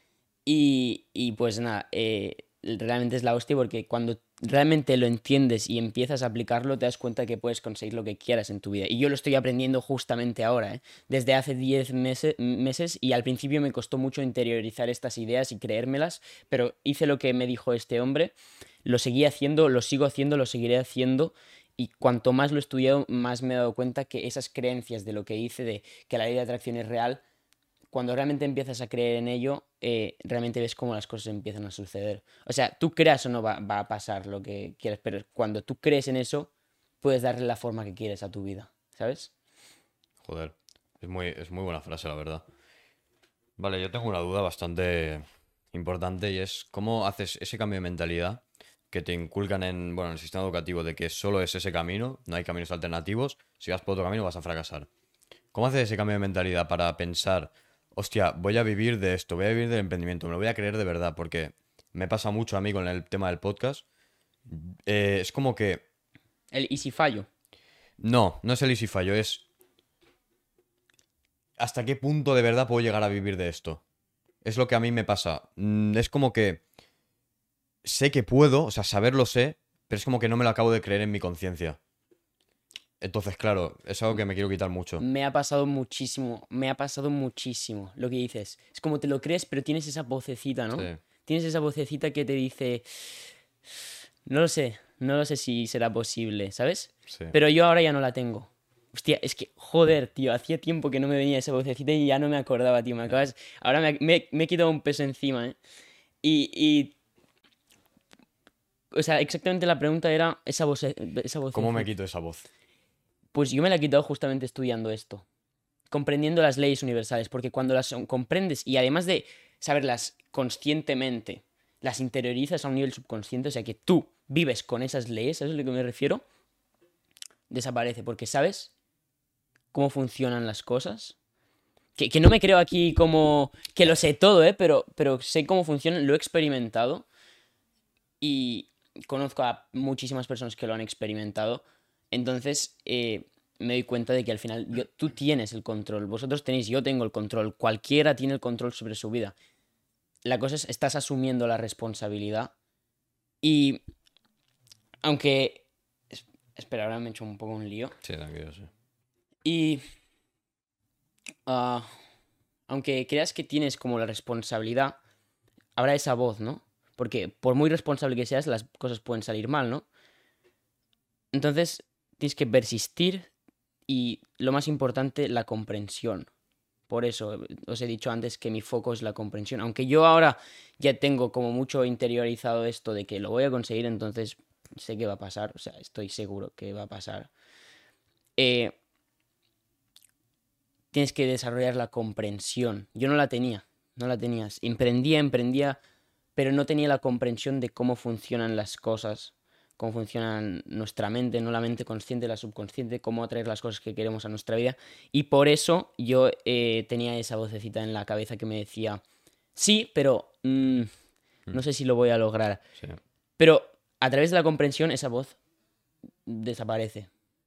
Y, y pues nada, eh, realmente es la hostia porque cuando realmente lo entiendes y empiezas a aplicarlo, te das cuenta que puedes conseguir lo que quieras en tu vida. Y yo lo estoy aprendiendo justamente ahora, ¿eh? Desde hace diez meses, meses y al principio me costó mucho interiorizar estas ideas y creérmelas, pero hice lo que me dijo este hombre, lo seguí haciendo, lo sigo haciendo, lo seguiré haciendo. Y cuanto más lo he estudiado, más me he dado cuenta que esas creencias de lo que hice, de que la ley de atracción es real, cuando realmente empiezas a creer en ello, eh, realmente ves cómo las cosas empiezan a suceder. O sea, tú creas o no va, va a pasar lo que quieres, pero cuando tú crees en eso, puedes darle la forma que quieres a tu vida, ¿sabes? Joder. Es muy, es muy buena frase, la verdad. Vale, yo tengo una duda bastante importante y es cómo haces ese cambio de mentalidad que te inculcan en, bueno, en el sistema educativo de que solo es ese camino, no hay caminos alternativos, si vas por otro camino vas a fracasar. ¿Cómo haces ese cambio de mentalidad para pensar, hostia, voy a vivir de esto, voy a vivir del emprendimiento, me lo voy a creer de verdad? Porque me pasa mucho a mí con el tema del podcast. Eh, es como que, El y si fallo. no, no es el easy fallo, es hasta qué punto de verdad puedo llegar a vivir de esto. Es lo que a mí me pasa. Mm, Es como que sé que puedo, o sea, saberlo sé, pero es como que no me lo acabo de creer en mi conciencia. Entonces, claro, es algo que me quiero quitar mucho. Me ha pasado muchísimo, me ha pasado muchísimo lo que dices. Es como te lo crees, pero tienes esa vocecita, ¿no? Sí, Tienes esa vocecita que te dice, no lo sé, no lo sé si será posible, ¿sabes? sí. Pero yo ahora ya no la tengo. Hostia, es que, joder, tío, hacía tiempo que no me venía esa vocecita y ya no me acordaba, tío. Me acabas. Ahora me, me- me he quitado un peso encima, ¿eh? Y, y, o sea, exactamente la pregunta era esa voce, esa ¿Cómo me vocecita. quito esa voz? Pues yo me la he quitado justamente estudiando esto, comprendiendo las leyes universales, porque cuando las comprendes y además de saberlas conscientemente, las interiorizas a un nivel subconsciente, o sea que tú vives con esas leyes, ¿sabes a lo que me refiero? Desaparece, porque sabes cómo funcionan las cosas. Que, que no me creo aquí como que lo sé todo, ¿eh? Pero, pero sé cómo funcionan, lo he experimentado y conozco a muchísimas personas que lo han experimentado. Entonces eh, me doy cuenta de que al final yo- tú tienes el control, vosotros tenéis, yo tengo el control, cualquiera tiene el control sobre su vida. La cosa es, estás asumiendo la responsabilidad y aunque... es- Espera, ahora me he hecho un poco un lío. Sí, tranquilo, sí. Y... ah, aunque creas que tienes como la responsabilidad, habrá esa voz, ¿no? Porque por muy responsable que seas, las cosas pueden salir mal, ¿no? Entonces, tienes que persistir y, lo más importante, la comprensión. Por eso os he dicho antes que mi foco es la comprensión. Aunque yo ahora ya tengo como mucho interiorizado esto de que lo voy a conseguir, entonces sé que va a pasar. O sea, estoy seguro que va a pasar. Eh, tienes que desarrollar la comprensión. Yo no la tenía, no la tenías. Emprendía, emprendía, pero no tenía la comprensión de cómo funcionan las cosas, cómo funciona nuestra mente, no la mente consciente, la subconsciente, cómo atraer las cosas que queremos a nuestra vida. Y por eso yo eh, tenía esa vocecita en la cabeza que me decía, sí, pero mm, no sé si lo voy a lograr. Sí. Pero a través de la comprensión esa voz desaparece.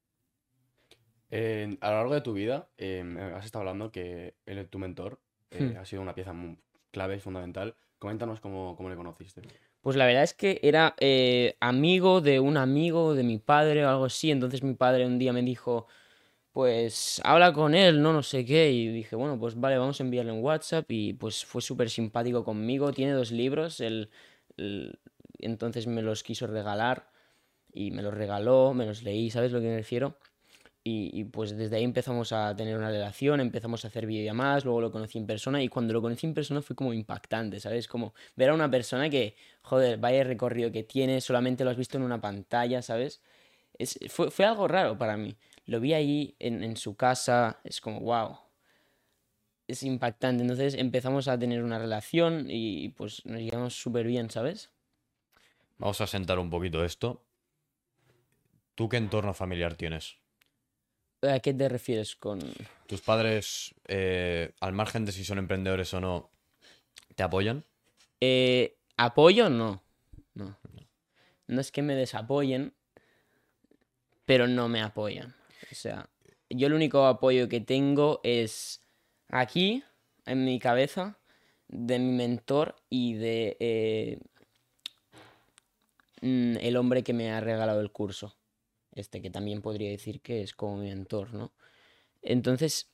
Eh, a lo largo de tu vida, eh, has estado hablando que él, tu mentor, eh, Hmm. ha sido una pieza muy clave y fundamental. Coméntanos cómo, cómo le conociste. Pues la verdad es que era eh, amigo de un amigo de mi padre o algo así. Entonces mi padre un día me dijo, pues habla con él, no, no sé qué. Y dije, bueno, pues vale, vamos a enviarle un WhatsApp. Y pues fue súper simpático conmigo. Tiene dos libros. Él, él- entonces me los quiso regalar y me los regaló, me los leí, ¿sabes lo que me refiero? Y, y, pues desde ahí empezamos a tener una relación, empezamos a hacer videollamadas, luego lo conocí en persona y cuando lo conocí en persona fue como impactante, ¿sabes? Como ver a una persona que, joder, vaya recorrido que tiene, solamente lo has visto en una pantalla, ¿sabes? Es, fue, fue algo raro para mí. Lo vi ahí en, en su casa, es como, wow, es impactante. Entonces empezamos a tener una relación y pues nos llevamos súper bien, ¿sabes? Vamos a sentar un poquito esto. ¿Tú qué entorno familiar tienes? ¿A qué te refieres con...? ¿Tus padres, eh, al margen de si son emprendedores o no, te apoyan? Eh, ¿apoyo? No, no. No es que me desapoyen, pero no me apoyan. O sea, yo el único apoyo que tengo es aquí, en mi cabeza, de mi mentor y de eh, mm, el hombre que me ha regalado el curso. Este, que también podría decir que es como mi mentor, ¿no? Entonces,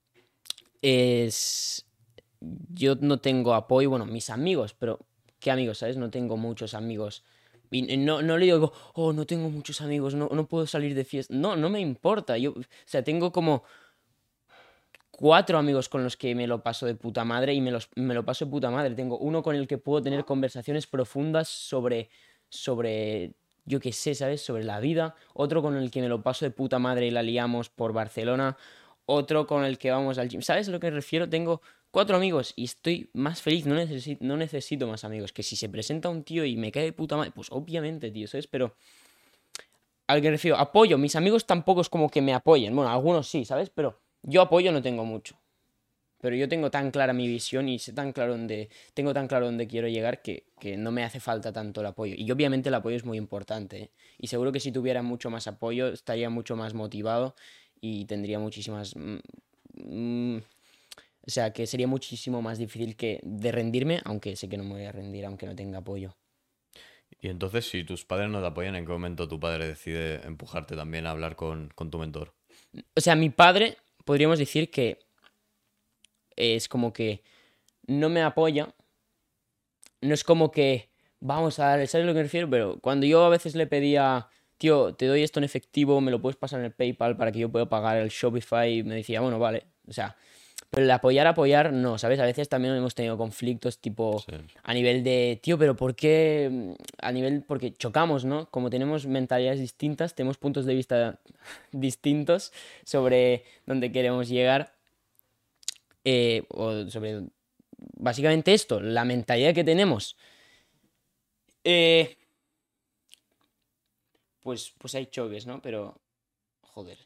es... Yo no tengo apoyo, bueno, mis amigos, pero ¿qué amigos, sabes? No tengo muchos amigos. Y no, no le digo, oh, no tengo muchos amigos, no, no puedo salir de fiesta. No, no me importa. Yo, o sea, tengo como cuatro amigos con los que me lo paso de puta madre y me, los, me lo paso de puta madre. Tengo uno con el que puedo tener conversaciones profundas sobre, sobre, yo qué sé, ¿sabes? Sobre la vida. Otro con el que me lo paso de puta madre y la liamos por Barcelona. Otro con el que vamos al gym. ¿Sabes a lo que me refiero? Tengo cuatro amigos y estoy más feliz. No necesito, no necesito más amigos. Que si se presenta un tío y me cae de puta madre, pues obviamente, tío, ¿sabes? Pero a lo que me refiero, apoyo. Mis amigos tampoco es como que me apoyen. Bueno, algunos sí, ¿sabes? Pero yo apoyo no tengo mucho. Pero yo tengo tan clara mi visión y sé tan claro dónde, tengo tan claro dónde quiero llegar que, que no me hace falta tanto el apoyo. Y obviamente el apoyo es muy importante, ¿eh? Y seguro que si tuviera mucho más apoyo estaría mucho más motivado y tendría muchísimas... mm, mm, o sea, que sería muchísimo más difícil que de rendirme, aunque sé que no me voy a rendir aunque no tenga apoyo. Y entonces, si tus padres no te apoyan, ¿en qué momento tu padre decide empujarte también a hablar con, con tu mentor? O sea, mi padre, podríamos decir que es como que no me apoya. No es como que vamos a dar, ¿sabes a lo que me refiero? Pero cuando yo a veces le pedía, tío, te doy esto en efectivo, me lo puedes pasar en el PayPal para que yo pueda pagar el Shopify, y me decía, bueno, vale. O sea, pero el apoyar, apoyar, no, ¿sabes? A veces también hemos tenido conflictos tipo Sí. a nivel de, tío, pero ¿por qué? A nivel, porque chocamos, ¿no? Como tenemos mentalidades distintas, tenemos puntos de vista distintos sobre dónde queremos llegar, eh, o sobre básicamente esto, la mentalidad que tenemos. Eh, pues, pues hay choques, ¿no? Pero, joder,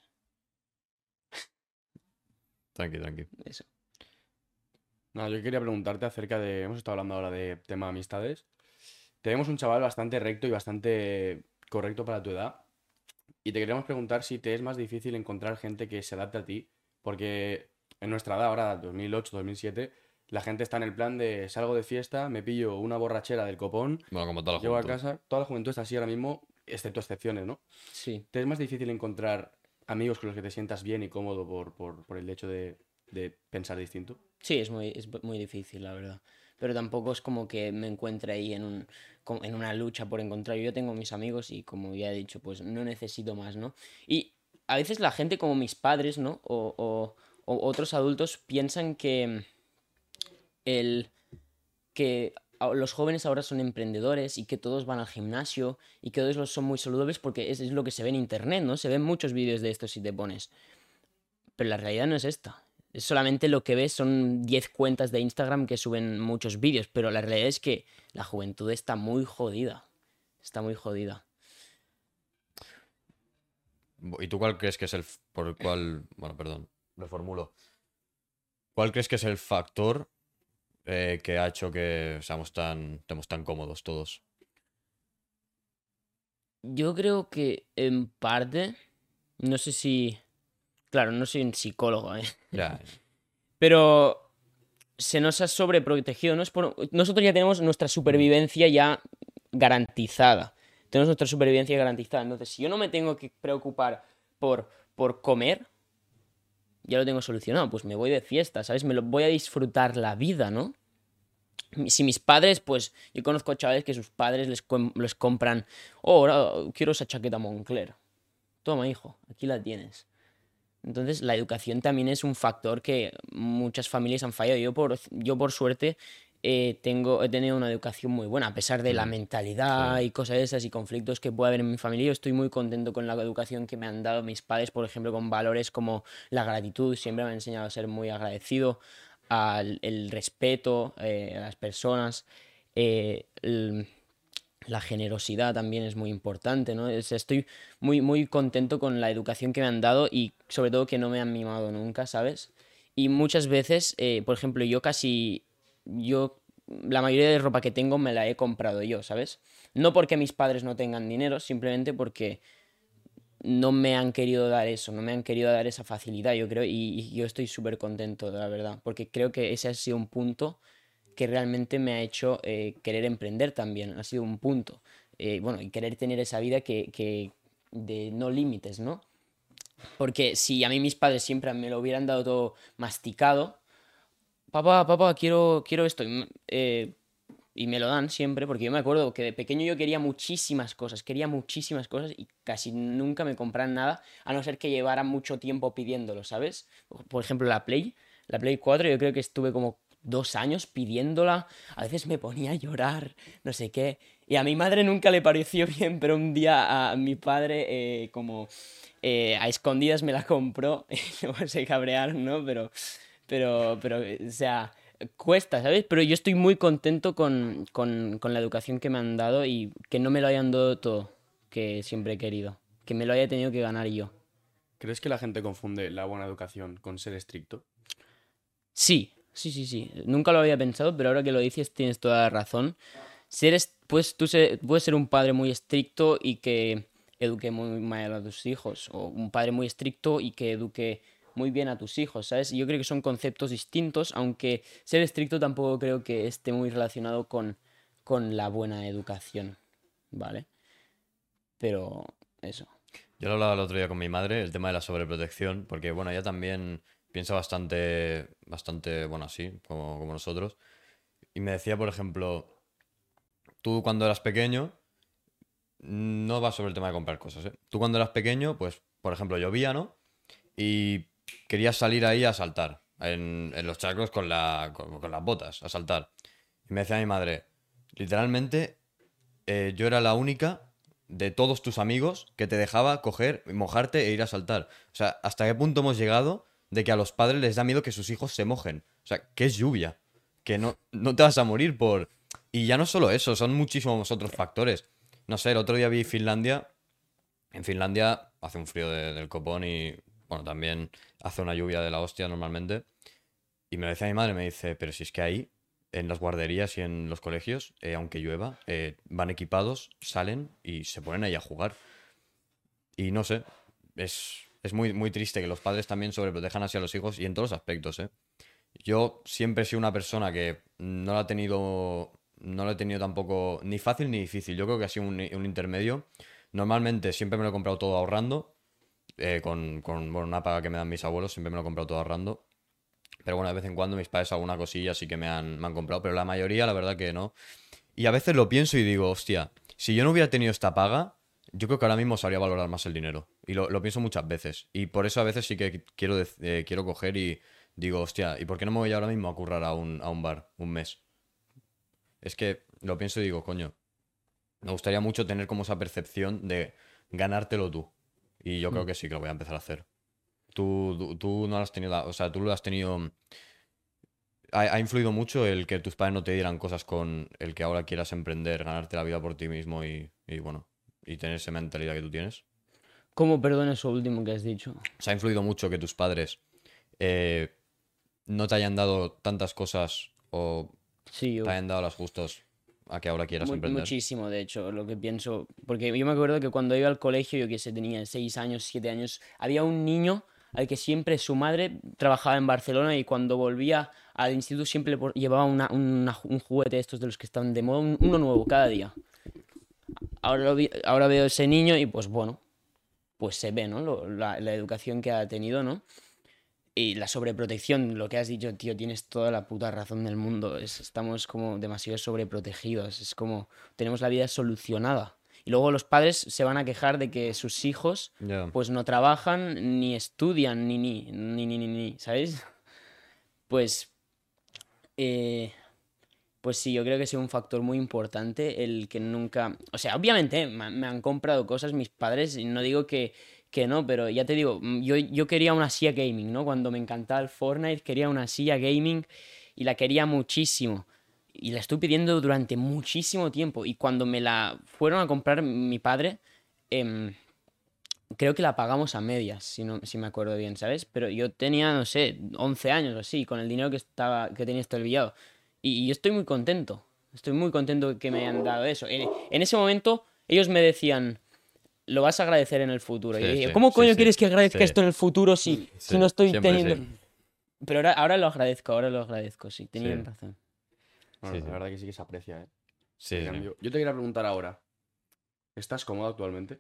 Tranqui, tranqui. eso. No, yo quería preguntarte acerca de. Hemos estado hablando ahora de tema amistades. Tenemos un chaval bastante recto y bastante correcto para tu edad. Y te queríamos preguntar si te es más difícil encontrar gente que se adapte a ti. Porque en nuestra edad, ahora, dos mil ocho, dos mil siete, la gente está en el plan de salgo de fiesta, me pillo una borrachera del copón, Bueno, como toda la llego a juventud. casa. Toda la juventud está así ahora mismo, excepto excepciones, ¿no? Sí. ¿Te es más difícil encontrar amigos con los que te sientas bien y cómodo por, por, por el hecho de, de pensar distinto? Sí, es muy, es muy difícil, la verdad. Pero tampoco es como que me encuentre ahí en un, como en una lucha por encontrar. Yo tengo mis amigos y como ya he dicho, pues no necesito más, ¿no? Y a veces la gente como mis padres, ¿no? O, o- o otros adultos piensan que el que a- los jóvenes ahora son emprendedores y que todos van al gimnasio y que todos los son muy saludables porque es, es lo que se ve en internet, ¿no? Se ven muchos vídeos de esto si te pones. Pero la realidad no es esta. Es solamente lo que ves son diez cuentas de Instagram que suben muchos vídeos, pero la realidad es que la juventud está muy jodida. Está muy jodida. ¿Y tú cuál crees que es el... f- por cuál... Bueno, perdón, reformulo. ¿Cuál crees que es el factor eh, que ha hecho que seamos tan, estemos tan cómodos todos? Yo creo que en parte, no sé si, claro, no soy un psicólogo, ¿eh? Ya, Pero se nos ha sobreprotegido. ¿No? Es por- Nosotros ya tenemos nuestra supervivencia ya garantizada. Tenemos nuestra supervivencia garantizada. Entonces, si yo no me tengo que preocupar por, por comer, ya lo tengo solucionado. Pues me voy de fiesta, ¿sabes? Me lo voy a disfrutar la vida, ¿no? Si mis padres, pues yo conozco chavales que sus padres les, com- les compran, oh, ahora quiero esa chaqueta Moncler. Toma, hijo, aquí la tienes. Entonces, la educación también es un factor que muchas familias han fallado. Yo, por, yo por suerte, eh, tengo, he tenido una educación muy buena, a pesar de la mm, mentalidad sí. y cosas de esas y conflictos que puede haber en mi familia. Yo estoy muy contento con la educación que me han dado mis padres, por ejemplo, con valores como la gratitud. Siempre me han enseñado a ser muy agradecido, al el respeto eh, a las personas, eh, el- la generosidad también es muy importante, ¿no? Es- estoy muy, muy contento con la educación que me han dado y sobre todo que no me han mimado nunca, ¿sabes? Y muchas veces, eh, por ejemplo, yo casi, yo, la mayoría de ropa que tengo me la he comprado yo, ¿sabes? No porque mis padres no tengan dinero, simplemente porque no me han querido dar eso, no me han querido dar esa facilidad, yo creo, y, y yo estoy súper contento, la verdad, porque creo que ese ha sido un punto que realmente me ha hecho eh, querer emprender también, ha sido un punto. Eh, bueno, y querer tener esa vida que, que de no límites, ¿no? Porque si a mí mis padres siempre me lo hubieran dado todo masticado, papá, papá, quiero, quiero esto, y, m- eh, y me lo dan siempre, porque yo me acuerdo que de pequeño yo quería muchísimas cosas, quería muchísimas cosas y casi nunca me compraran nada, a no ser que llevara mucho tiempo pidiéndolo, ¿sabes? Por ejemplo, la Play, la Play cuatro yo creo que estuve como dos años pidiéndola, a veces me ponía a llorar, no sé qué, y a mi madre nunca le pareció bien, pero un día a mi padre eh, como eh, a escondidas me la compró, y luego se cabrearon, ¿no? Pero, pero, pero, o sea, cuesta, ¿sabes? Pero yo estoy muy contento con, con, con la educación que me han dado y que no me lo hayan dado todo, que siempre he querido, que me lo haya tenido que ganar yo. ¿Crees que la gente confunde la buena educación con ser estricto? Sí, sí, sí, sí. Nunca lo había pensado, pero ahora que lo dices tienes toda la razón. Ser, es- pues tú se- puedes ser un padre muy estricto y que eduque muy mal a tus hijos, o un padre muy estricto y que eduque muy bien a tus hijos, ¿sabes? Y yo creo que son conceptos distintos, aunque ser estricto tampoco creo que esté muy relacionado con, con la buena educación, ¿vale? Pero eso. Yo lo hablaba el otro día con mi madre, el tema de la sobreprotección, porque bueno, ella también piensa bastante, bastante, bueno, así, como, como nosotros. Y me decía, por ejemplo, tú cuando eras pequeño, no va sobre el tema de comprar cosas, ¿eh? Tú cuando eras pequeño, pues, por ejemplo, llovía, ¿no? Y querías salir ahí a saltar, en, en los charcos con, la, con, con las botas, a saltar. Y me decía mi madre, literalmente, eh, yo era la única de todos tus amigos que te dejaba coger, mojarte e ir a saltar. O sea, ¿hasta qué punto hemos llegado de que a los padres les da miedo que sus hijos se mojen? O sea, que es lluvia, que no, no te vas a morir por... Y ya no solo eso, son muchísimos otros factores. No sé, el otro día vi Finlandia. En Finlandia hace un frío de- del copón y, bueno, también hace una lluvia de la hostia normalmente. Y me lo decía mi madre, me dice, pero si es que ahí, en las guarderías y en los colegios, eh, aunque llueva, eh, van equipados, salen y se ponen ahí a jugar. Y no sé, es, es muy, muy triste que los padres también sobreprotejan así a los hijos y en todos los aspectos, ¿eh? Yo siempre he sido una persona que no la ha tenido, no lo he tenido tampoco ni fácil ni difícil. Yo creo que ha sido un, un intermedio. Normalmente siempre me lo he comprado todo ahorrando, eh, con, con bueno, una paga que me dan mis abuelos, siempre me lo he comprado todo ahorrando. Pero bueno, de vez en cuando mis padres alguna cosilla sí que me han, me han comprado, pero la mayoría la verdad que no. Y a veces lo pienso y digo, hostia, si yo no hubiera tenido esta paga, yo creo que ahora mismo sabría valorar más el dinero. Y lo, lo pienso muchas veces. Y por eso a veces sí que quiero, dec- eh, quiero coger y digo, hostia, ¿y por qué no me voy ahora mismo a currar a un, a un bar un mes? Es que lo pienso y digo, coño, me gustaría mucho tener como esa percepción de ganártelo tú. Y yo creo que sí que lo voy a empezar a hacer. Tú, tú, tú no lo has tenido, la- o sea, tú lo has tenido... ¿Ha, ha influido mucho el que tus padres no te dieran cosas con el que ahora quieras emprender, ganarte la vida por ti mismo y, y bueno, y tener esa mentalidad que tú tienes? ¿Cómo perdona eso último que has dicho? ¿Os ha influido mucho que tus padres eh, no te hayan dado tantas cosas o Sí, yo... te hayan dado las justas a que ahora quieras Mu- emprender? muchísimo, de hecho, lo que pienso. Porque yo me acuerdo que cuando iba al colegio, yo que sé, tenía seis años, siete años, había un niño al que siempre su madre trabajaba en Barcelona y cuando volvía al instituto siempre le por- llevaba una- una ju- un juguete de estos de los que están de moda, un- uno nuevo cada día. Ahora, lo vi- ahora veo ese niño y pues bueno, pues se ve, ¿no? Lo- la, la educación que ha tenido, ¿no? Y la sobreprotección, lo que has dicho, tío, tienes toda la puta razón del mundo. Es- estamos como demasiado sobreprotegidos. Es como tenemos la vida solucionada. Y luego los padres se van a quejar de que sus hijos Ya. pues no trabajan, ni estudian, ni ni, ni, ni, ni, ni, ¿sabes? Pues, eh, pues sí, yo creo que es un factor muy importante el que nunca... O sea, obviamente me, han me han comprado cosas mis padres y no digo que, que no, pero ya te digo, mm, yo, yo quería una silla gaming, ¿no? Cuando me encantaba el Fortnite quería una silla gaming y la quería muchísimo. Y la estuve pidiendo durante muchísimo tiempo. Y cuando me la fueron a comprar mi padre, em, creo que la pagamos a medias, si, no, si me acuerdo bien, ¿sabes? Pero yo tenía, no sé, once años o así, con el dinero que, estaba, que tenía estabilizado. Y, y yo estoy muy contento. Estoy muy contento que me hayan dado eso. En, en ese momento, ellos me decían, lo vas a agradecer en el futuro. Y yo Sí, dije, sí, ¿cómo sí, coño sí, quieres que agradezca sí, esto en el futuro si, si sí, no estoy siempre teniendo... sí. Pero ahora, ahora lo agradezco, ahora lo agradezco, sí, tenían Sí. razón. Bueno, Sí, la sí. verdad que sí que se aprecia, ¿eh? Sí, En sí. cambio, yo te quería preguntar ahora, ¿estás cómodo actualmente?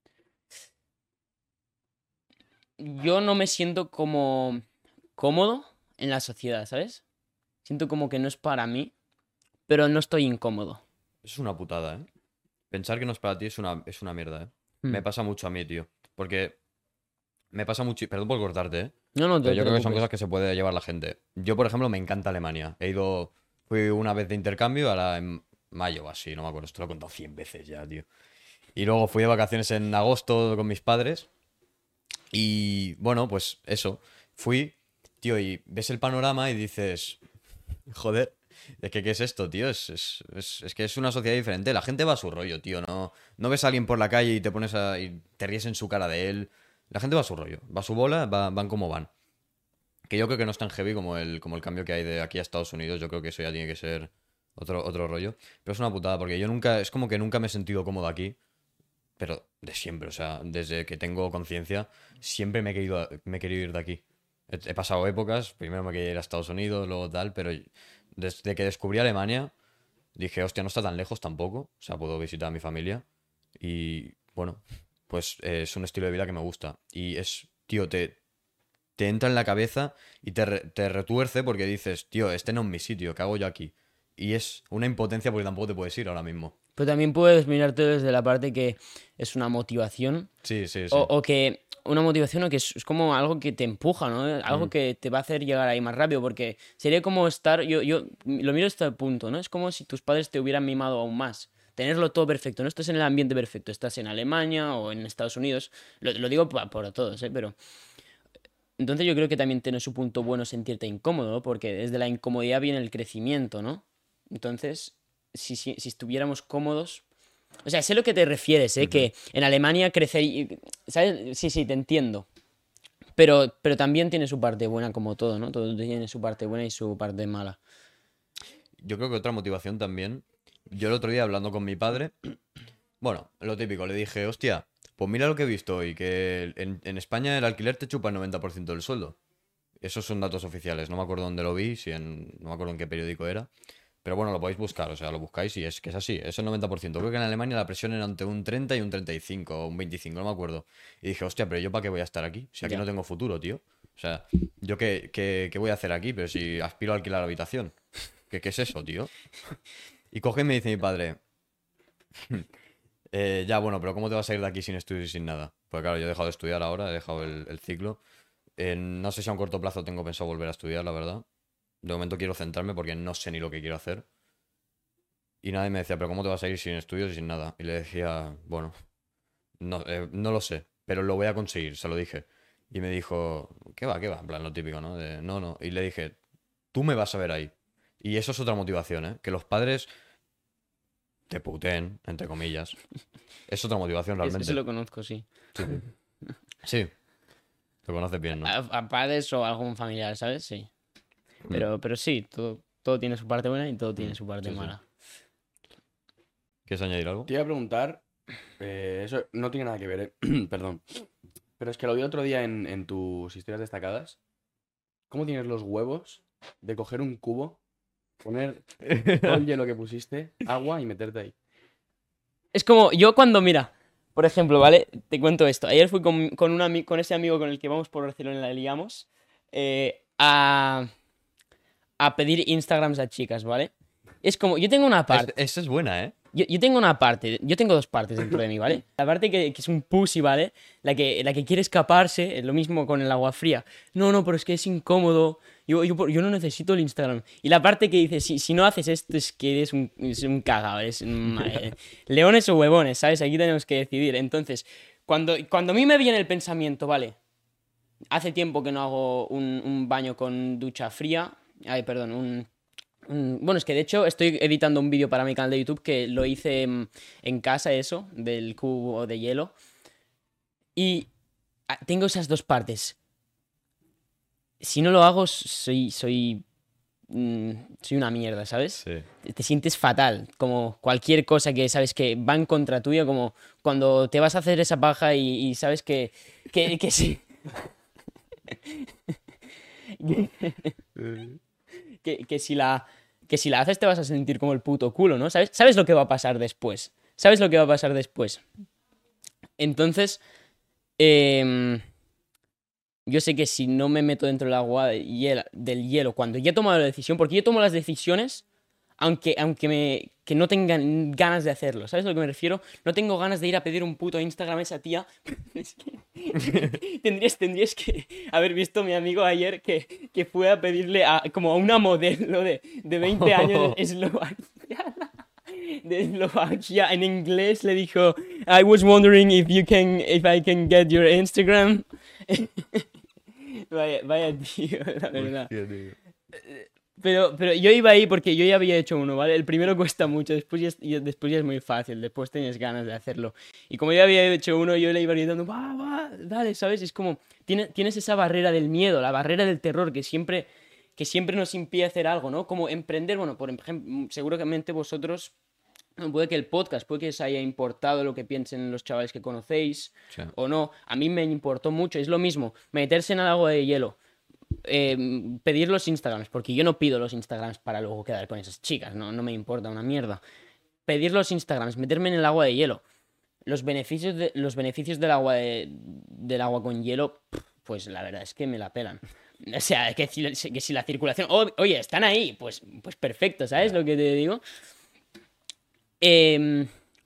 Yo no me siento como cómodo en la sociedad, ¿sabes? Siento como que no es para mí, pero no estoy incómodo. Eso es una putada, ¿eh? Pensar que no es para ti es una, es una mierda, ¿eh? Hmm. Me pasa mucho a mí, tío. Porque me pasa mucho... Perdón por cortarte, ¿eh? No, no te Pero yo creo que son preocupes. cosas que se puede llevar la gente. Yo, por ejemplo, me encanta Alemania. He ido... Fui una vez de intercambio, ahora en mayo o así, no me acuerdo. Esto lo he contado cien veces ya, tío. Y luego fui de vacaciones en agosto con mis padres. Y bueno, pues eso. Fui, tío, y ves el panorama y dices... Joder, es que ¿qué es esto, tío? Es, es, es- es que es una sociedad diferente. La gente va a su rollo, tío. No, no ves a alguien por la calle y te pones a... y te ríes en su cara de él. La gente va a su rollo. Va a su bola, va- van como van. Que yo creo que no es tan heavy como el, como el cambio que hay de aquí a Estados Unidos. Yo creo que eso ya tiene que ser otro, otro rollo. Pero es una putada, porque yo nunca... Es como que nunca me he sentido cómodo aquí. Pero de siempre, o sea, desde que tengo conciencia, siempre me he querido, me he querido ir de aquí. He, he pasado épocas, primero me quería ir a Estados Unidos, luego tal, pero desde que descubrí Alemania, dije, hostia, no está tan lejos tampoco. O sea, puedo visitar a mi familia. Y bueno, pues eh, es un estilo de vida que me gusta. Y es, tío, te, te entra en la cabeza y te, re- te retuerce porque dices, tío, este no es mi sitio, ¿qué hago yo aquí? Y es una impotencia porque tampoco te puedes ir ahora mismo. Pero también puedes mirarte desde la parte que es una motivación. Sí, sí, sí. O, o que una motivación o que es, es como algo que te empuja, ¿no? Algo Mm. que te va a hacer llegar ahí más rápido, porque sería como estar, yo, yo lo miro hasta el punto, ¿no? Es como si tus padres te hubieran mimado aún más. Tenerlo todo perfecto, no estás en el ambiente perfecto, estás en Alemania o en Estados Unidos, lo, lo digo pa- por, todos, ¿eh? Pero entonces yo creo que también tiene su punto bueno sentirte incómodo, ¿no? Porque desde la incomodidad viene el crecimiento, ¿no? Entonces, si, si, si estuviéramos cómodos... O sea, sé lo que te refieres, ¿eh? Ujú. Que en Alemania crecer... y- ¿Sabes? Sí, sí, te entiendo. Pero, pero también tiene su parte buena como todo, ¿no? Todo tiene su parte buena y su parte mala. Yo creo que otra motivación también. Yo el otro día hablando con mi padre, bueno, lo típico, le dije, hostia, pues mira lo que he visto hoy, que en, en España el alquiler te chupa el noventa por ciento del sueldo. Esos son datos oficiales, no me acuerdo dónde lo vi, si en, no me acuerdo en qué periódico era. Pero bueno, lo podéis buscar, o sea, lo buscáis y es que es así, es el noventa por ciento. Creo que en Alemania la presión era entre un treinta y un treinta y cinco o un veinticinco, no me acuerdo. Y dije, hostia, pero yo para qué voy a estar aquí, si aquí Ya. no tengo futuro, tío. O sea, yo qué, qué, qué voy a hacer aquí, pero si aspiro a alquilar la habitación. ¿Qué, qué es eso, tío? Y coge y me dice mi padre, "Eh, ya bueno, pero ¿cómo te vas a ir de aquí sin estudios y sin nada? Pues claro, yo he dejado de estudiar ahora, he dejado el, el ciclo. Eh, no sé si a un corto plazo tengo pensado volver a estudiar, la verdad. De momento quiero centrarme porque no sé ni lo que quiero hacer. Y nadie me decía, pero ¿cómo te vas a ir sin estudios y sin nada? Y le decía, bueno, no, eh, no lo sé, pero lo voy a conseguir, se lo dije. Y me dijo, ¿qué va, qué va? En plan, lo típico, ¿no? De, no, no. Y le dije, tú me vas a ver ahí. Y eso es otra motivación, ¿eh? Que los padres te puteen, entre comillas. Es otra motivación Es- realmente. Eso lo conozco, sí. Sí, sí. Sí, lo conoces bien, ¿no? A, a padres o algún familiar, ¿sabes? Sí. Pero, pero sí, todo, todo tiene su parte buena y todo tiene Mm, su parte sí, sí. mala. ¿Quieres añadir algo? Te iba a preguntar, eh, eso no tiene nada que ver, ¿eh? Perdón. Pero es que lo vi otro día en, en tus historias destacadas. ¿Cómo tienes los huevos de coger un cubo, poner todo el hielo que pusiste, agua y meterte ahí? Es como, yo cuando, mira, por ejemplo, ¿vale? Te cuento esto. Ayer fui con, con, un ami- con ese amigo con el que vamos por Barcelona y la liamos eh, a, a pedir Instagrams a chicas, ¿vale? Es como, yo tengo una Es- parte. esa es buena, ¿eh? Yo, yo tengo una parte, yo tengo dos partes dentro de mí, ¿vale? La parte que, que es un pussy, ¿vale? La que, la que quiere escaparse, es lo mismo con el agua fría. No, no, pero es que es incómodo. Yo, yo, yo no necesito el Instagram. Y la parte que dice, si, si no haces esto es que eres un, es un cagao, eres un- eh, leones o huevones, ¿sabes? Aquí tenemos que decidir. Entonces, cuando, cuando a mí me viene el pensamiento, ¿vale? Hace tiempo que no hago un, un baño con ducha fría. Ay, perdón, un... un- Bueno, es que de hecho estoy editando un vídeo para mi canal de YouTube que lo hice en, en casa, eso, del cubo de hielo. Y ah, tengo esas dos partes. Si no lo hago, soy, soy, mm, soy una mierda, ¿sabes? Sí. Te, te sientes fatal, como cualquier cosa que sabes que va en contra tuya, como cuando te vas a hacer esa paja y, y sabes que, que, que sí. que, que si la, que si la haces te vas a sentir como el puto culo, ¿no? ¿Sabes? ¿Sabes lo que va a pasar después? ¿Sabes lo que va a pasar después? Entonces, em, yo sé que si no me meto dentro del agua de hielo- del hielo, cuando ya he tomado la decisión, porque yo tomo las decisiones aunque, aunque me, que no tengan ganas de hacerlo, ¿sabes a lo que me refiero? No tengo ganas de ir a pedir un puto Instagram a esa tía. Es que tendrías, tendrías que haber visto a mi amigo ayer que, que fue a pedirle a, como a una modelo de, de veinte años de Eslovaquia. De Eslovaquia en inglés le dijo I was wondering if you can if I can get your Instagram. Vaya, vaya tío, la verdad. Hostia, tío. Pero, pero yo iba ahí porque yo ya había hecho uno, ¿vale? El primero cuesta mucho, después ya, es, y después ya es muy fácil, después tienes ganas de hacerlo. Y como ya había hecho uno, yo le iba gritando, va, va, dale, ¿sabes? Es como, tiene, tienes esa barrera del miedo, la barrera del terror que siempre, que siempre nos impide hacer algo, ¿no? Como emprender, bueno, por ejemplo, seguramente vosotros, no, puede que el podcast, puede que os haya importado lo que piensen los chavales que conocéis Sí. o no. A mí me importó mucho, es lo mismo, meterse en el agua de hielo. Eh, pedir los Instagrams, porque yo no pido los Instagrams para luego quedar con esas chicas, no, no me importa una mierda. Pedir los Instagrams, meterme en el agua de hielo. Los beneficios, de, los beneficios del agua de, del agua con hielo, pues la verdad es que me la pelan. O sea, que si, que si la circulación... Oh, oye, están ahí, pues, pues perfecto, ¿sabes lo que te digo? Eh,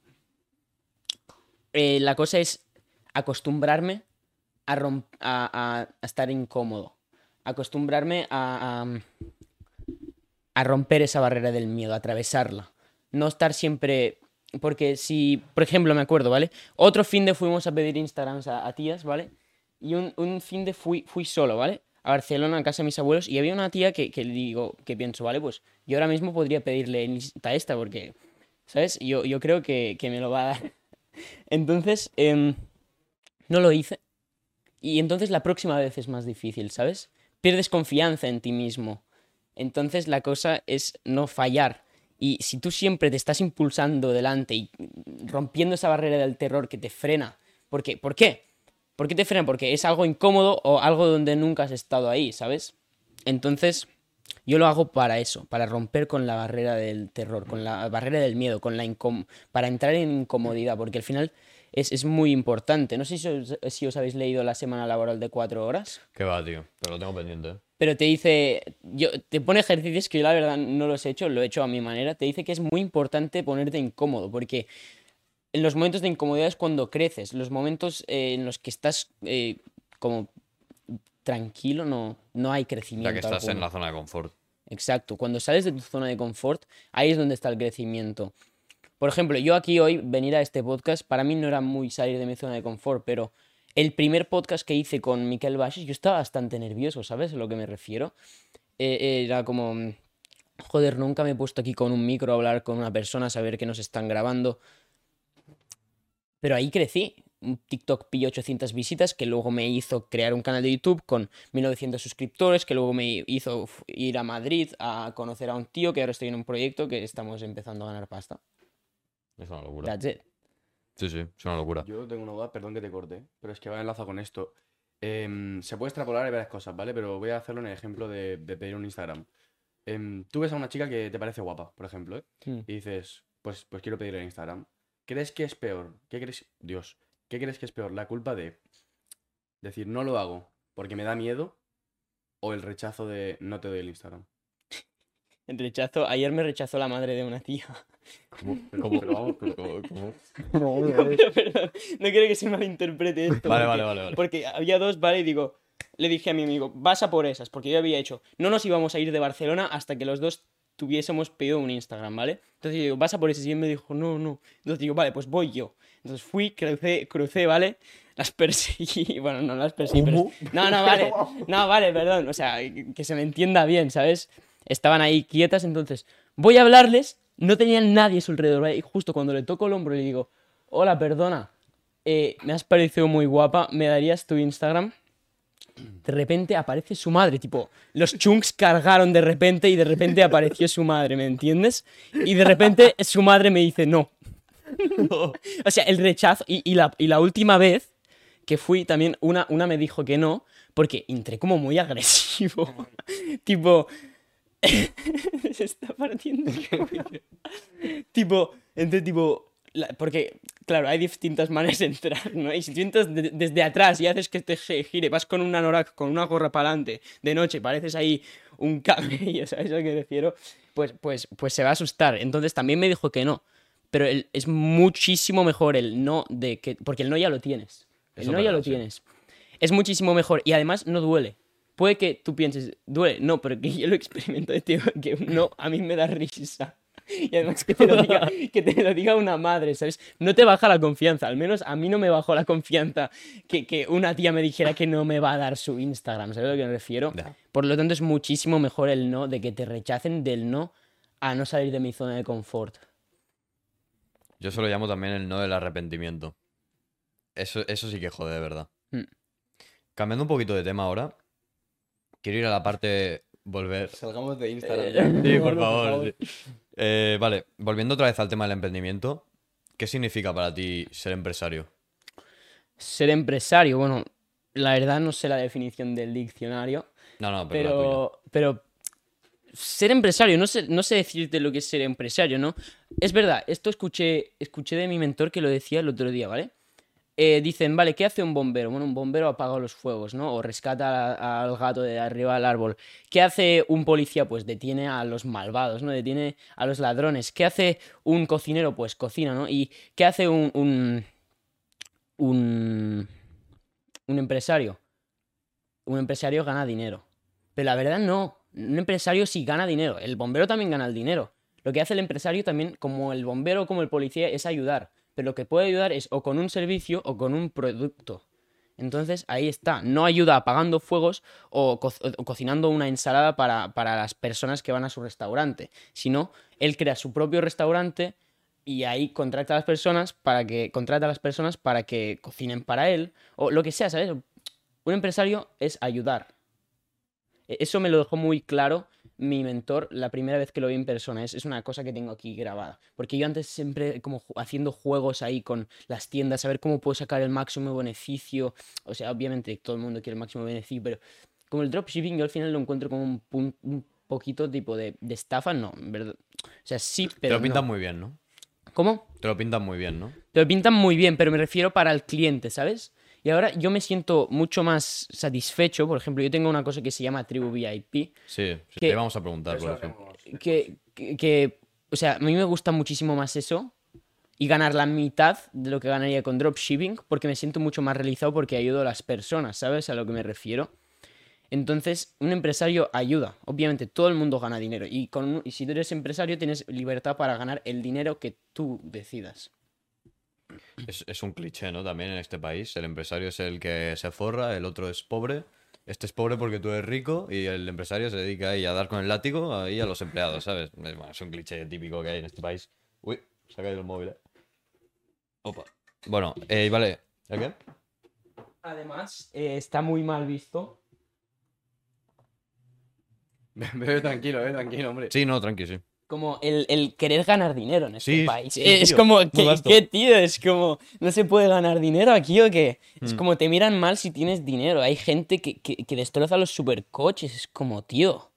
eh, la cosa es acostumbrarme a, romp- a, a, a estar incómodo. Acostumbrarme a, a, a romper esa barrera del miedo, a atravesarla. No estar siempre... Porque si, por ejemplo, me acuerdo, ¿vale? Otro fin de fuimos a pedir Instagrams a, a tías, ¿vale? Y un, un fin de fui, fui solo, ¿vale? A Barcelona, a casa de mis abuelos, y había una tía que, que le digo, que pienso, vale, pues yo ahora mismo podría pedirle el Insta a esta, porque, ¿sabes? Yo, yo creo que, que me lo va a dar. Entonces, em, no lo hice. Y entonces la próxima vez es más difícil, ¿sabes? Pierdes confianza en ti mismo. Entonces la cosa es no fallar. Y si tú siempre te estás impulsando delante y rompiendo esa barrera del terror que te frena, ¿por qué? ¿Por qué? ¿Por qué te frena? Porque es algo incómodo o algo donde nunca has estado ahí, ¿sabes? Entonces, yo lo hago para eso, para romper con la barrera del terror, con la barrera del miedo, con la incom- para entrar en incomodidad, porque al final es, es muy importante. No sé si os, si os habéis leído La semana laboral de cuatro horas. Qué va, tío. Pero lo tengo pendiente, ¿eh? Pero te dice, yo, te pone ejercicios que yo la verdad no los he hecho, lo he hecho a mi manera. Te dice que es muy importante ponerte incómodo, porque en los momentos de incomodidad es cuando creces. Los momentos eh, en los que estás eh, como tranquilo, no, no hay Ya que crecimiento estás en alguno. la zona de confort. Exacto, cuando sales de tu zona de confort, ahí es donde está el crecimiento. Por ejemplo, yo aquí hoy, venir a este podcast, para mí no era muy salir de mi zona de confort, pero el primer podcast que hice con Miquel Baixes, yo estaba bastante nervioso, ¿sabes a lo que me refiero? Eh, era como, mm, joder, nunca me he puesto aquí con un micro a hablar con una persona, a saber que nos están grabando. Pero ahí crecí, un TikTok pilló ochocientas visitas, que luego me hizo crear un canal de YouTube con mil novecientos suscriptores, que luego me hizo uf, ir a Madrid a conocer a un tío, que ahora estoy en un proyecto que estamos empezando a ganar pasta. Es una locura. That's it. Sí, sí, es una locura. Yo tengo una duda, perdón que te corte, pero es que va enlazado con esto. Em, se puede extrapolar de varias cosas, ¿vale? Pero voy a hacerlo en el ejemplo de, de pedir un Instagram. Em, tú ves a una chica que te parece guapa, por ejemplo, ¿eh? Hmm. Y dices, pues, pues quiero pedirle en Instagram. ¿Crees que es peor? ¿Qué crees? Dios, ¿qué crees que es peor? ¿La culpa de decir no lo hago porque me da miedo o el rechazo de no te doy el Instagram? El rechazo, ayer me rechazó la madre de una tía. ¿Cómo? ¿Cómo? Pero vamos, pero ¿cómo? ¿Cómo? No, pero, perdón, no quiero que se malinterprete esto. Vale, porque- vale, vale, vale. Porque había dos, ¿vale? Y digo, le dije a mi amigo, vas a por esas, porque yo había hecho, no nos íbamos a ir de Barcelona hasta que los dos tuviésemos pedido un Instagram, ¿vale? Entonces yo digo, vas a por esas, y él me dijo, no, no. Entonces digo, vale, pues voy yo. Entonces fui, crucé, crucé, ¿vale? Las perseguí, bueno, no las perseguí, pero... No, no, vale, no, vale, perdón, o sea, que que se me entienda bien, ¿sabes? Estaban ahí quietas, entonces voy a hablarles, no tenían nadie a su alrededor, ¿vale? Y justo cuando le toco el hombro le digo, hola, perdona, eh, me has parecido muy guapa, ¿me darías tu Instagram? De repente aparece su madre, tipo, los chunks cargaron de repente y de repente apareció su madre, ¿me entiendes? Y de repente su madre me dice no. O sea, el rechazo, y, y, la, y la última vez que fui también, una, una me dijo que no, porque entré como muy agresivo, tipo... Se está partiendo el cuello. Tipo, entonces, tipo, la- porque, claro, hay distintas maneras de entrar, ¿no? Y si tú entras de- desde atrás y haces que te se gire, vas con un anorak, con una gorra para adelante, de noche, pareces ahí un camello, ¿sabes a lo que me refiero? Pues, pues, pues se va a asustar. Entonces también me dijo que no. Pero el- es muchísimo mejor el no de que. Porque el no ya lo tienes. El Eso no es ya verdad, lo sí. tienes. Es muchísimo mejor. Y además no duele. Puede que tú pienses, duele. No, pero que yo lo experimento, tío, que un no a mí me da risa. Y además que te lo diga, que te lo diga una madre, ¿sabes? No te baja la confianza. Al menos a mí no me bajó la confianza que, que una tía me dijera que no me va a dar su Instagram. ¿Sabes a lo que me refiero? Ya. Por lo tanto, es muchísimo mejor el no de que te rechacen del no a no salir de mi zona de confort. Yo se lo llamo también el no del arrepentimiento. Eso, eso sí que jode, de verdad. Mm. Cambiando un poquito de tema ahora, quiero ir a la parte... Volver... Salgamos de Instagram. Eh, Sí, por Por favor. favor. sí. Eh, vale, volviendo otra vez al tema del emprendimiento, ¿qué significa para ti ser empresario? Ser empresario, bueno, la verdad no sé la definición del diccionario, No, no, pero, la tuya. pero, pero ser empresario, no sé, no sé decirte lo que es ser empresario, ¿no? Es verdad, esto escuché, escuché de mi mentor que lo decía el otro día, ¿vale? Eh, dicen, vale, ¿qué hace un bombero? Bueno, un bombero apaga los fuegos, ¿no? O rescata a- al gato de arriba del árbol. ¿Qué hace un policía? Pues detiene a los malvados, ¿no? Detiene a los ladrones. ¿Qué hace un cocinero? Pues cocina, ¿no? ¿Y qué hace un, un, un, un empresario? Un empresario gana dinero. Pero la verdad no. Un empresario sí gana dinero. El bombero también gana el dinero. Lo que hace el empresario también, como el bombero, como el policía, es ayudar. Pero lo que puede ayudar es o con un servicio o con un producto. Entonces ahí está. No ayuda apagando fuegos o, co- o cocinando una ensalada para, para las personas que van a su restaurante. Sino él crea su propio restaurante y ahí contrata a las personas para que contrata a las personas para que cocinen para él o lo que sea, ¿sabes? Un empresario es ayudar. E- Eso me lo dejó muy claro mi mentor la primera vez que lo vi en persona. Es, es una cosa que tengo aquí grabada. Porque yo antes siempre como ju- haciendo juegos ahí con las tiendas, a ver cómo puedo sacar el máximo beneficio. O sea, obviamente todo el mundo quiere el máximo beneficio, pero como el dropshipping yo al final lo encuentro como un, pun- un poquito tipo de, de estafa, no, en verdad. O sea, sí, Te pero lo pintan no. muy bien, ¿no? ¿Cómo? Te lo pintan muy bien, ¿no? Te lo pintan muy bien, pero me refiero para el cliente, ¿sabes? Y ahora yo me siento mucho más satisfecho. Por ejemplo, yo tengo una cosa que se llama Tribu V I P. Sí, sí, Que- te vamos a preguntar por Eso eso. haremos. Que, que, que, o sea, a mí me gusta muchísimo más eso y ganar la mitad de lo que ganaría con dropshipping porque me siento mucho más realizado porque ayudo a las personas, ¿sabes? A lo que me refiero. Entonces, un empresario ayuda. Obviamente, todo el mundo gana dinero. Y, con, un- y si tú eres empresario, tienes libertad para ganar el dinero que tú decidas. Es, es un cliché, ¿no? También en este país. El empresario es el que se forra, el otro es pobre. Este es pobre porque tú eres rico y el empresario se dedica ahí a dar con el látigo ahí a los empleados, ¿sabes? Es, bueno, es un cliché típico que hay en este país. Uy, se ha caído el móvil, ¿eh? Opa. Bueno, eh, vale. ¿El qué? Además, eh, está muy mal visto. Bebe tranquilo, bebe tranquilo, hombre. Sí, no, tranqui, sí. Como el, el querer ganar dinero en este Sí, país. sí, es tío, como, muy ¿qué, vasto. qué, tío? Es como, ¿no se puede ganar dinero aquí o qué? Es Mm. como te miran mal si tienes dinero. Hay gente que, que, que destroza los supercoches. Es como, tío,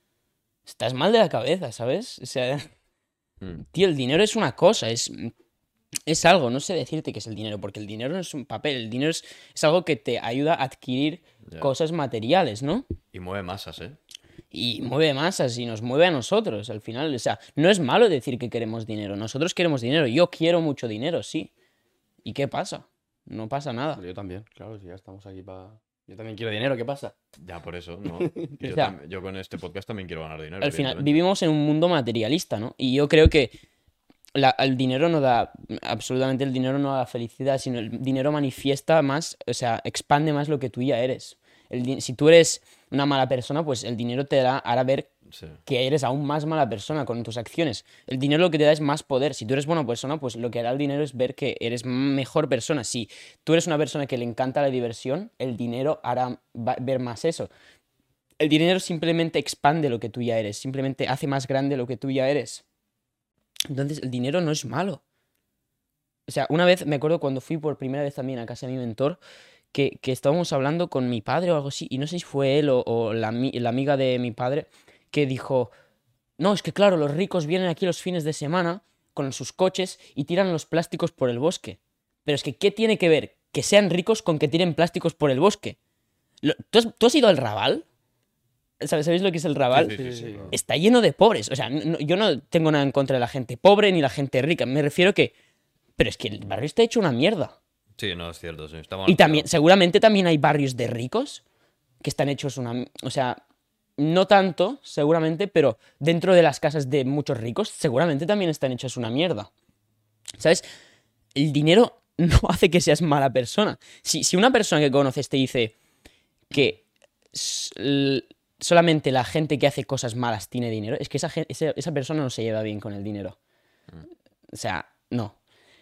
estás mal de la cabeza, ¿sabes? O sea, Mm. tío, el dinero es una cosa, es, es algo. No sé decirte qué es el dinero, porque el dinero no es un papel. El dinero es, es algo que te ayuda a adquirir Ya. cosas materiales, ¿no? Y mueve masas, ¿eh? Y mueve masas y nos mueve a nosotros al final. O sea, no es malo decir que queremos dinero. Nosotros queremos dinero. Yo quiero mucho dinero, sí. ¿Y qué pasa? No pasa nada. Yo también, claro, si ya estamos aquí para... Yo también quiero dinero, ¿qué pasa? Ya, por eso, ¿no? Yo, O sea, tam- yo con este podcast también quiero ganar dinero, Al final, evidentemente. vivimos en un mundo materialista, ¿no? Y yo creo que la- el dinero no da, absolutamente el dinero no da felicidad, sino el dinero manifiesta más, o sea, expande más lo que tú ya eres. El di- si tú eres una mala persona, pues el dinero te da, hará ver Sí. que eres aún más mala persona con tus acciones. El dinero lo que te da es más poder. Si tú eres buena persona, pues lo que hará el dinero es ver que eres mejor persona. Si tú eres una persona que le encanta la diversión, el dinero hará va- ver más eso. El dinero simplemente expande lo que tú ya eres, simplemente hace más grande lo que tú ya eres. Entonces, el dinero no es malo. O sea, una vez me acuerdo cuando fui por primera vez también a casa de mi mentor, que, que estábamos hablando con mi padre o algo así, y no sé si fue él o, o la, ami- la amiga de mi padre, que dijo, no, es que claro, los ricos vienen aquí los fines de semana con sus coches y tiran los plásticos por el bosque. Pero es que, ¿qué tiene que ver que sean ricos con que tiren plásticos por el bosque? Lo- ¿Tú has, tú has ido al Raval? ¿Sabes- ¿Sabéis lo que es el Raval? Sí, sí, sí, Sí, sí, sí, claro. Está lleno de pobres. O sea, no- yo no tengo nada en contra de la gente pobre ni la gente rica. Me refiero que... Pero es que el barrio está hecho una mierda. Sí, no, es cierto, sí. Está mal Y también, cuidado. seguramente también hay barrios de ricos que están hechos una... O sea, no tanto, seguramente, pero dentro de las casas de muchos ricos, seguramente también están hechas una mierda. ¿Sabes? El dinero no hace que seas mala persona. Si, si una persona que conoces te dice que s- l- solamente la gente que hace cosas malas tiene dinero, es que esa, gen- esa, esa persona no se lleva bien con el dinero. O sea, no,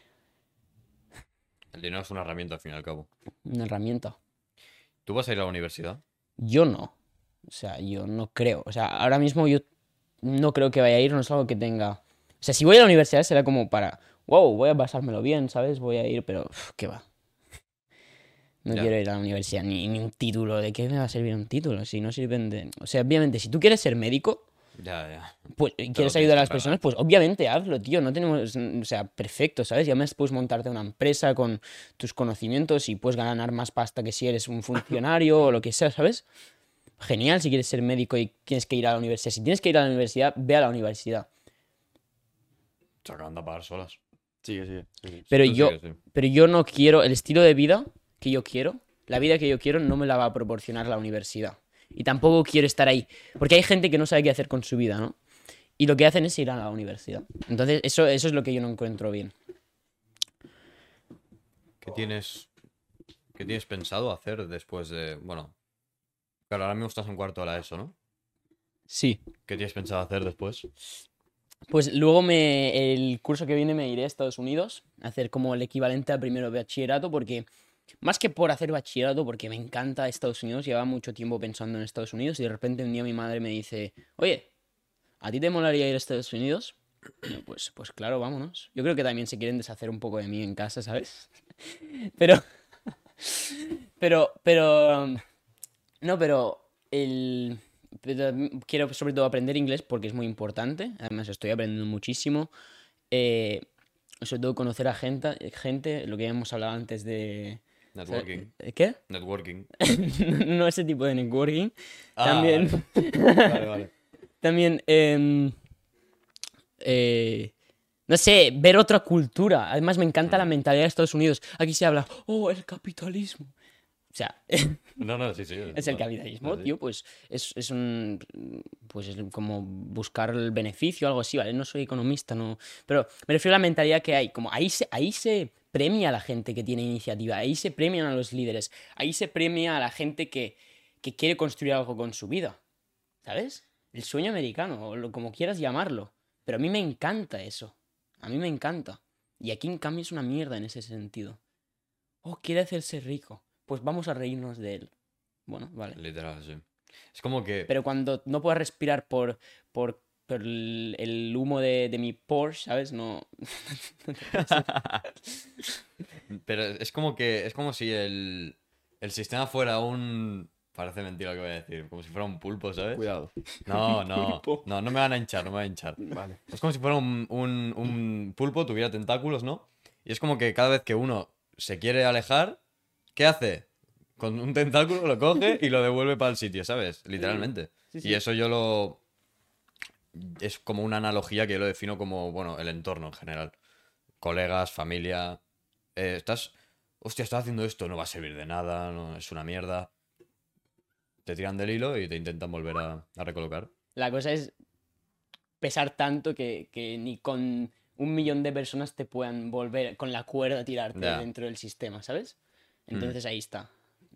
El dinero es una herramienta, al fin y al cabo. una herramienta. ¿Tú vas a ir a la universidad? Yo no. O sea, yo no creo. O sea, ahora mismo yo no creo que vaya a ir, no es algo que tenga. O sea, si voy a la universidad será como para, wow, voy a pasármelo bien, ¿sabes? Voy a ir, pero uf, ¿qué va? No Ya. quiero ir a la universidad, ni, ni un título. ¿De qué me va a servir un título? Si no sirven de... O sea, obviamente, si tú quieres ser médico, Ya, ya. pues y quieres tienes ayudar que a las pagar. personas, pues obviamente hazlo, tío. No tenemos, o sea, perfecto, ¿sabes? Ya me puedes montarte una empresa con tus conocimientos y puedes ganar más pasta que si eres un funcionario o lo que sea, ¿sabes? Genial si quieres ser médico y tienes que ir a la universidad. Si tienes que ir a la universidad, ve a la universidad. Se acaban de pagar solas. Sigue, sigue. sigue. Pero Tú yo, sigues, sí. pero yo no quiero, el estilo de vida que yo quiero, la vida que yo quiero no me la va a proporcionar la universidad. Y tampoco quiero estar ahí. Porque hay gente que no sabe qué hacer con su vida, ¿no? Y lo que hacen es ir a la universidad. Entonces, eso, eso es lo que yo no encuentro bien. ¿Qué tienes, qué tienes pensado hacer después de... Bueno, claro, ahora mismo estás en cuarto de la ESO, ¿no? Sí. ¿Qué tienes pensado hacer después? Pues luego me, el curso que viene me iré a Estados Unidos a hacer como el equivalente al primero de bachillerato, porque más que por hacer bachillerato, porque me encanta Estados Unidos, llevaba mucho tiempo pensando en Estados Unidos y de repente un día mi madre me dice, oye, ¿a ti te molaría ir a Estados Unidos? Y yo, pues, pues claro, vámonos. Yo creo que también se quieren deshacer un poco de mí en casa, ¿sabes? Pero, pero, pero, um, no, pero el... pero quiero sobre todo aprender inglés porque es muy importante. Además estoy aprendiendo muchísimo. Eh, sobre todo conocer a gente, gente, lo que hemos hablado antes de... Networking. ¿Qué? Networking. No ese tipo de networking. Ah, También... Vale, vale. También... em, eh, no sé, ver otra cultura. Además me encanta la mentalidad de Estados Unidos. Aquí se habla, oh, el capitalismo. O sea, No, no, sí, sí. es el vale. capitalismo, Ah, sí. tío, pues es, es un... Pues es como buscar el beneficio, algo así, ¿vale? No soy economista, no... Pero me refiero a la mentalidad que hay. Como ahí se, ahí se premia a la gente que tiene iniciativa, ahí se premian a los líderes, ahí se premia a la gente que, que quiere construir algo con su vida, ¿sabes? El sueño americano, o lo, como quieras llamarlo. Pero a mí me encanta eso. A mí me encanta. Y aquí, en cambio, es una mierda en ese sentido. oh, quiere hacerse rico, pues vamos a reírnos de él. Bueno, vale. Literal, sí. Es como que... Pero cuando no puedas respirar por, por, por el, el humo de, de mi Porsche, ¿sabes? No... no te pasa. Pero es como que... Es como si el, el sistema fuera un... Parece mentira lo que voy a decir. Como si fuera un pulpo, ¿sabes? Cuidado. No, no. Pulpo. No, no me van a hinchar, no me van a hinchar. Vale. Es como si fuera un, un, un pulpo, tuviera tentáculos, ¿no? Y es como que cada vez que uno se quiere alejar, ¿qué hace? Con un tentáculo lo coge y lo devuelve para el sitio, ¿sabes? Literalmente. Sí, sí. Y eso yo lo... Es como una analogía que yo lo defino como, bueno, el entorno en general. Colegas, familia... eh, estás... Hostia, estás haciendo esto, no va a servir de nada, no, es una mierda. Te tiran del hilo y te intentan volver a, a recolocar. La cosa es pesar tanto que, que ni con un millón de personas te puedan volver con la cuerda a tirarte Ya. dentro del sistema, ¿sabes? Entonces ahí está.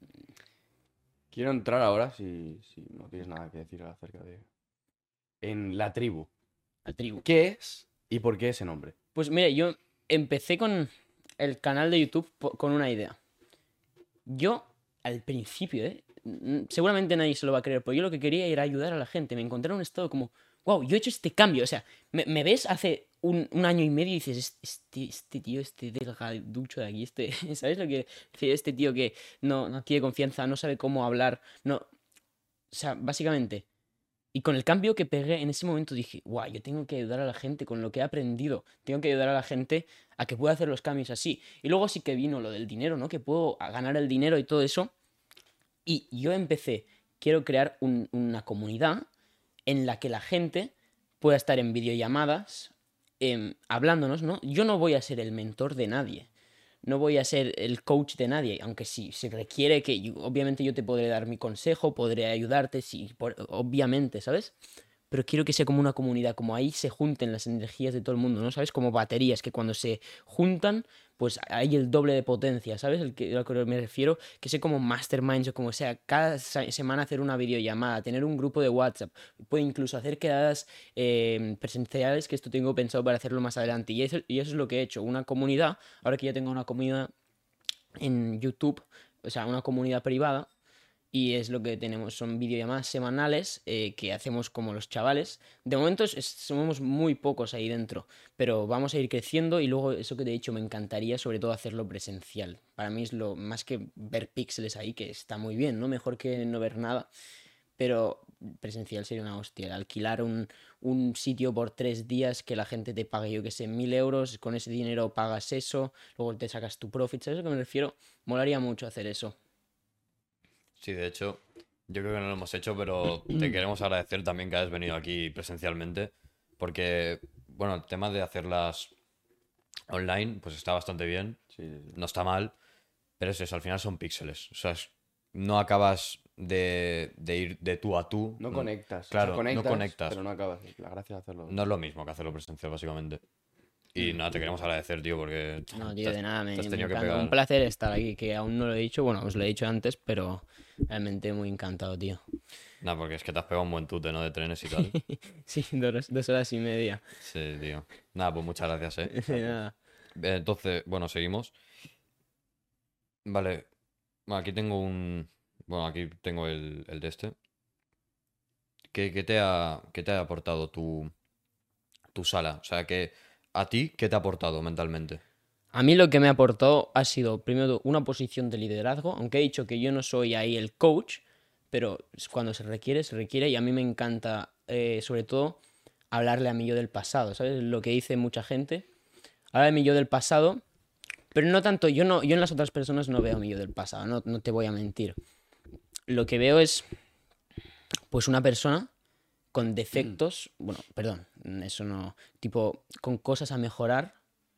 Quiero entrar ahora, si, si no tienes nada que decir acerca de... En la tribu. La tribu. ¿Qué es y por qué ese nombre? Pues mira, yo empecé con el canal de YouTube po- con una idea. Yo, al principio, ¿eh? Mm, seguramente nadie se lo va a creer, pero yo lo que quería era ayudar a la gente. Me encontré en un estado como, wow, yo he hecho este cambio. O sea, me, me ves hace un, un año y medio y dices, "Es- este, este tío, este delgaducho de aquí, este, ¿sabes lo que? Este tío que no, no tiene confianza, no sabe cómo hablar, no... O sea, básicamente... Y con el cambio que pegué en ese momento dije, guau, yo tengo que ayudar a la gente con lo que he aprendido. Tengo que ayudar a la gente a que pueda hacer los cambios así. Y luego sí que vino lo del dinero, ¿no? Que puedo ganar el dinero y todo eso. Y yo empecé, quiero crear un- una comunidad en la que la gente pueda estar en videollamadas em, hablándonos, ¿no? Yo no voy a ser el mentor de nadie. No voy a ser el coach de nadie, aunque sí, se requiere que, yo- obviamente yo te podré dar mi consejo, podré ayudarte, sí, por- obviamente, ¿sabes? Pero quiero que sea como una comunidad, como ahí se junten las energías de todo el mundo, ¿no? ¿Sabes? Como baterías, que cuando se juntan, pues hay el doble de potencia, ¿sabes? El que, a lo que me refiero, que sea como masterminds o como sea, cada sa- semana hacer una videollamada, tener un grupo de WhatsApp, puede incluso hacer quedadas eh, presenciales, que esto tengo pensado para hacerlo más adelante. Y eso, y eso es lo que he hecho, una comunidad, ahora que ya tengo una comunidad en YouTube, o sea, una comunidad privada, y es lo que tenemos, son videollamadas semanales eh, que hacemos como los chavales. De momento es- es- somos muy pocos ahí dentro, pero vamos a ir creciendo y luego eso que te he dicho me encantaría sobre todo hacerlo presencial. Para mí es lo más que ver píxeles ahí, que está muy bien, ¿no? Mejor que no ver nada, pero presencial sería una hostia. Alquilar un, un sitio por tres días que la gente te pague, yo que sé, mil euros, con ese dinero pagas eso, luego te sacas tu profit, ¿sabes a lo que me refiero? Molaría mucho hacer eso. Sí, de hecho, yo creo que no lo hemos hecho, pero te queremos agradecer también que hayas venido aquí presencialmente, porque, bueno, el tema de hacerlas online, pues está bastante bien, Sí, sí, sí. no está mal, pero es eso, al final son píxeles, o sea, es- no acabas de, de ir de tú a tú. No mm, conectas. O sea, Claro, no conectas, conectas. pero no acabas. La gracia de hacerlo. No es lo mismo que hacerlo presencial, básicamente. Y nada, te queremos agradecer, tío, porque No, te tío, has- de nada, me, te has me tenido que encanta. pegar. Un placer estar aquí, que aún no lo he dicho, bueno, os lo he dicho antes, pero realmente muy encantado, tío. Nada, porque es que te has pegado un buen tute, ¿no? De trenes y tal. Sí, dos, dos horas y media. Sí, tío. Nada, pues muchas gracias, ¿eh? De nada. Eh, Entonces, bueno, seguimos. Vale. Bueno, aquí tengo un... Bueno, aquí tengo el, el de este. ¿Qué, qué te ha, qué te ha aportado tu, tu sala? O sea, que a ti, ¿qué te ha aportado mentalmente? A mí lo que me ha aportado ha sido, primero, una posición de liderazgo, aunque he dicho que yo no soy ahí el coach, pero cuando se requiere, se requiere, y a mí me encanta, eh, sobre todo, hablarle a mi yo del pasado, ¿sabes? Lo que dice mucha gente. Hablar de mi yo del pasado, pero no tanto, yo no, yo en las otras personas no veo a mi yo del pasado, no, no te voy a mentir. Lo que veo es, pues, una persona con defectos, bueno, perdón, eso no, tipo, con cosas a mejorar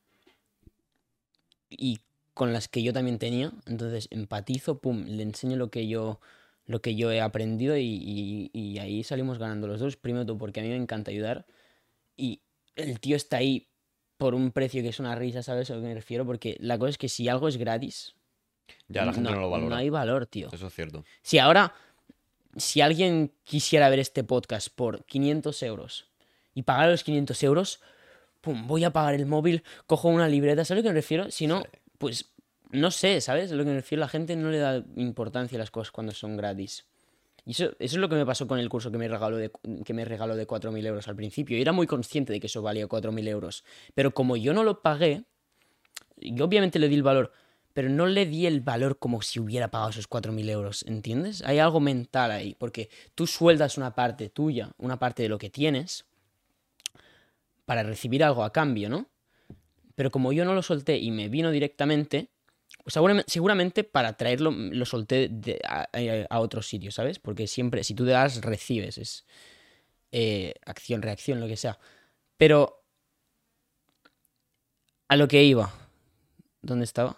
y con las que yo también tenía, entonces empatizo, pum, le enseño lo que yo, lo que yo he aprendido y, y- y ahí salimos ganando los dos, primero todo porque a mí me encanta ayudar y el tío está ahí por un precio que es una risa, ¿sabes a lo que me refiero? Porque la cosa es que si algo es gratis, Ya, la gente no, lo valora. no hay valor, tío. Eso es cierto. Si ahora, si alguien quisiera ver este podcast por quinientos euros y pagar los quinientos euros, pum, voy a pagar el móvil, cojo una libreta, ¿sabes a lo que me refiero? Si no, Sí. pues no sé, ¿sabes? A lo que me refiero, la gente no le da importancia a las cosas cuando son gratis. Y eso, eso es lo que me pasó con el curso que me regaló de, que me regaló de cuatro mil euros al principio. Yo era muy consciente de que eso valía cuatro mil euros. Pero como yo no lo pagué, yo obviamente le di el valor, pero no le di el valor como si hubiera pagado esos cuatro mil euros, ¿entiendes? Hay algo mental ahí, porque tú sueldas una parte tuya, una parte de lo que tienes, para recibir algo a cambio, ¿no? Pero como yo no lo solté y me vino directamente, pues seguramente, seguramente para traerlo lo solté de- a, a- a otro sitio, ¿sabes? Porque siempre, si tú das, recibes, es eh, acción, reacción, lo que sea. Pero a lo que iba, ¿dónde estaba?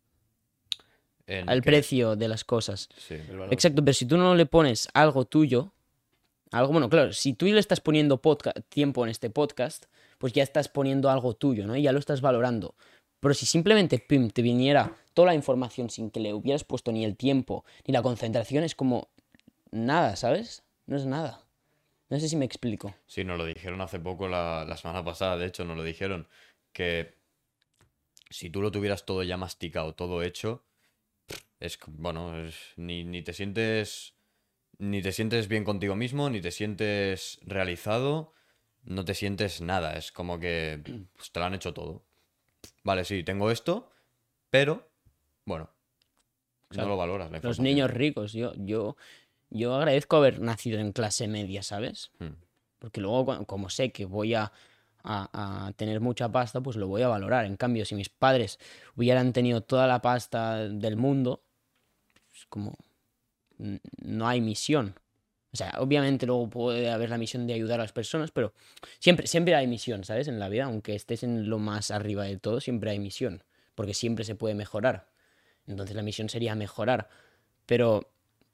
En Al que- precio de las cosas. Sí. El valor. Exacto, pero si tú no le pones algo tuyo, algo, bueno, claro, si tú le estás poniendo podca- tiempo en este podcast, pues ya estás poniendo algo tuyo, ¿no? Y ya lo estás valorando. Pero si simplemente, pim, te viniera toda la información sin que le hubieras puesto ni el tiempo, ni la concentración, es como nada, ¿sabes? No es nada. No sé si me explico. Sí, nos lo dijeron hace poco, la, la semana pasada, de hecho, nos lo dijeron, que si tú lo tuvieras todo ya masticado, todo hecho, es, que, bueno, es- ni, ni te sientes, ni te sientes bien contigo mismo, ni te sientes realizado, no te sientes nada, es como que pues, te lo han hecho todo. Vale, sí, tengo esto, pero, bueno, no Claro. lo valoras la Los información. niños ricos, yo, yo, yo agradezco haber nacido en clase media, ¿sabes? Hmm. Porque luego, cua- como sé que voy a, a- a tener mucha pasta, pues lo voy a valorar. En cambio, si mis padres hubieran tenido toda la pasta del mundo, pues como n- no hay misión. O sea, obviamente luego puede haber la misión de ayudar a las personas, pero siempre, siempre hay misión, ¿sabes? En la vida, aunque estés en lo más arriba de todo, siempre hay misión, porque siempre se puede mejorar. Entonces la misión sería mejorar. Pero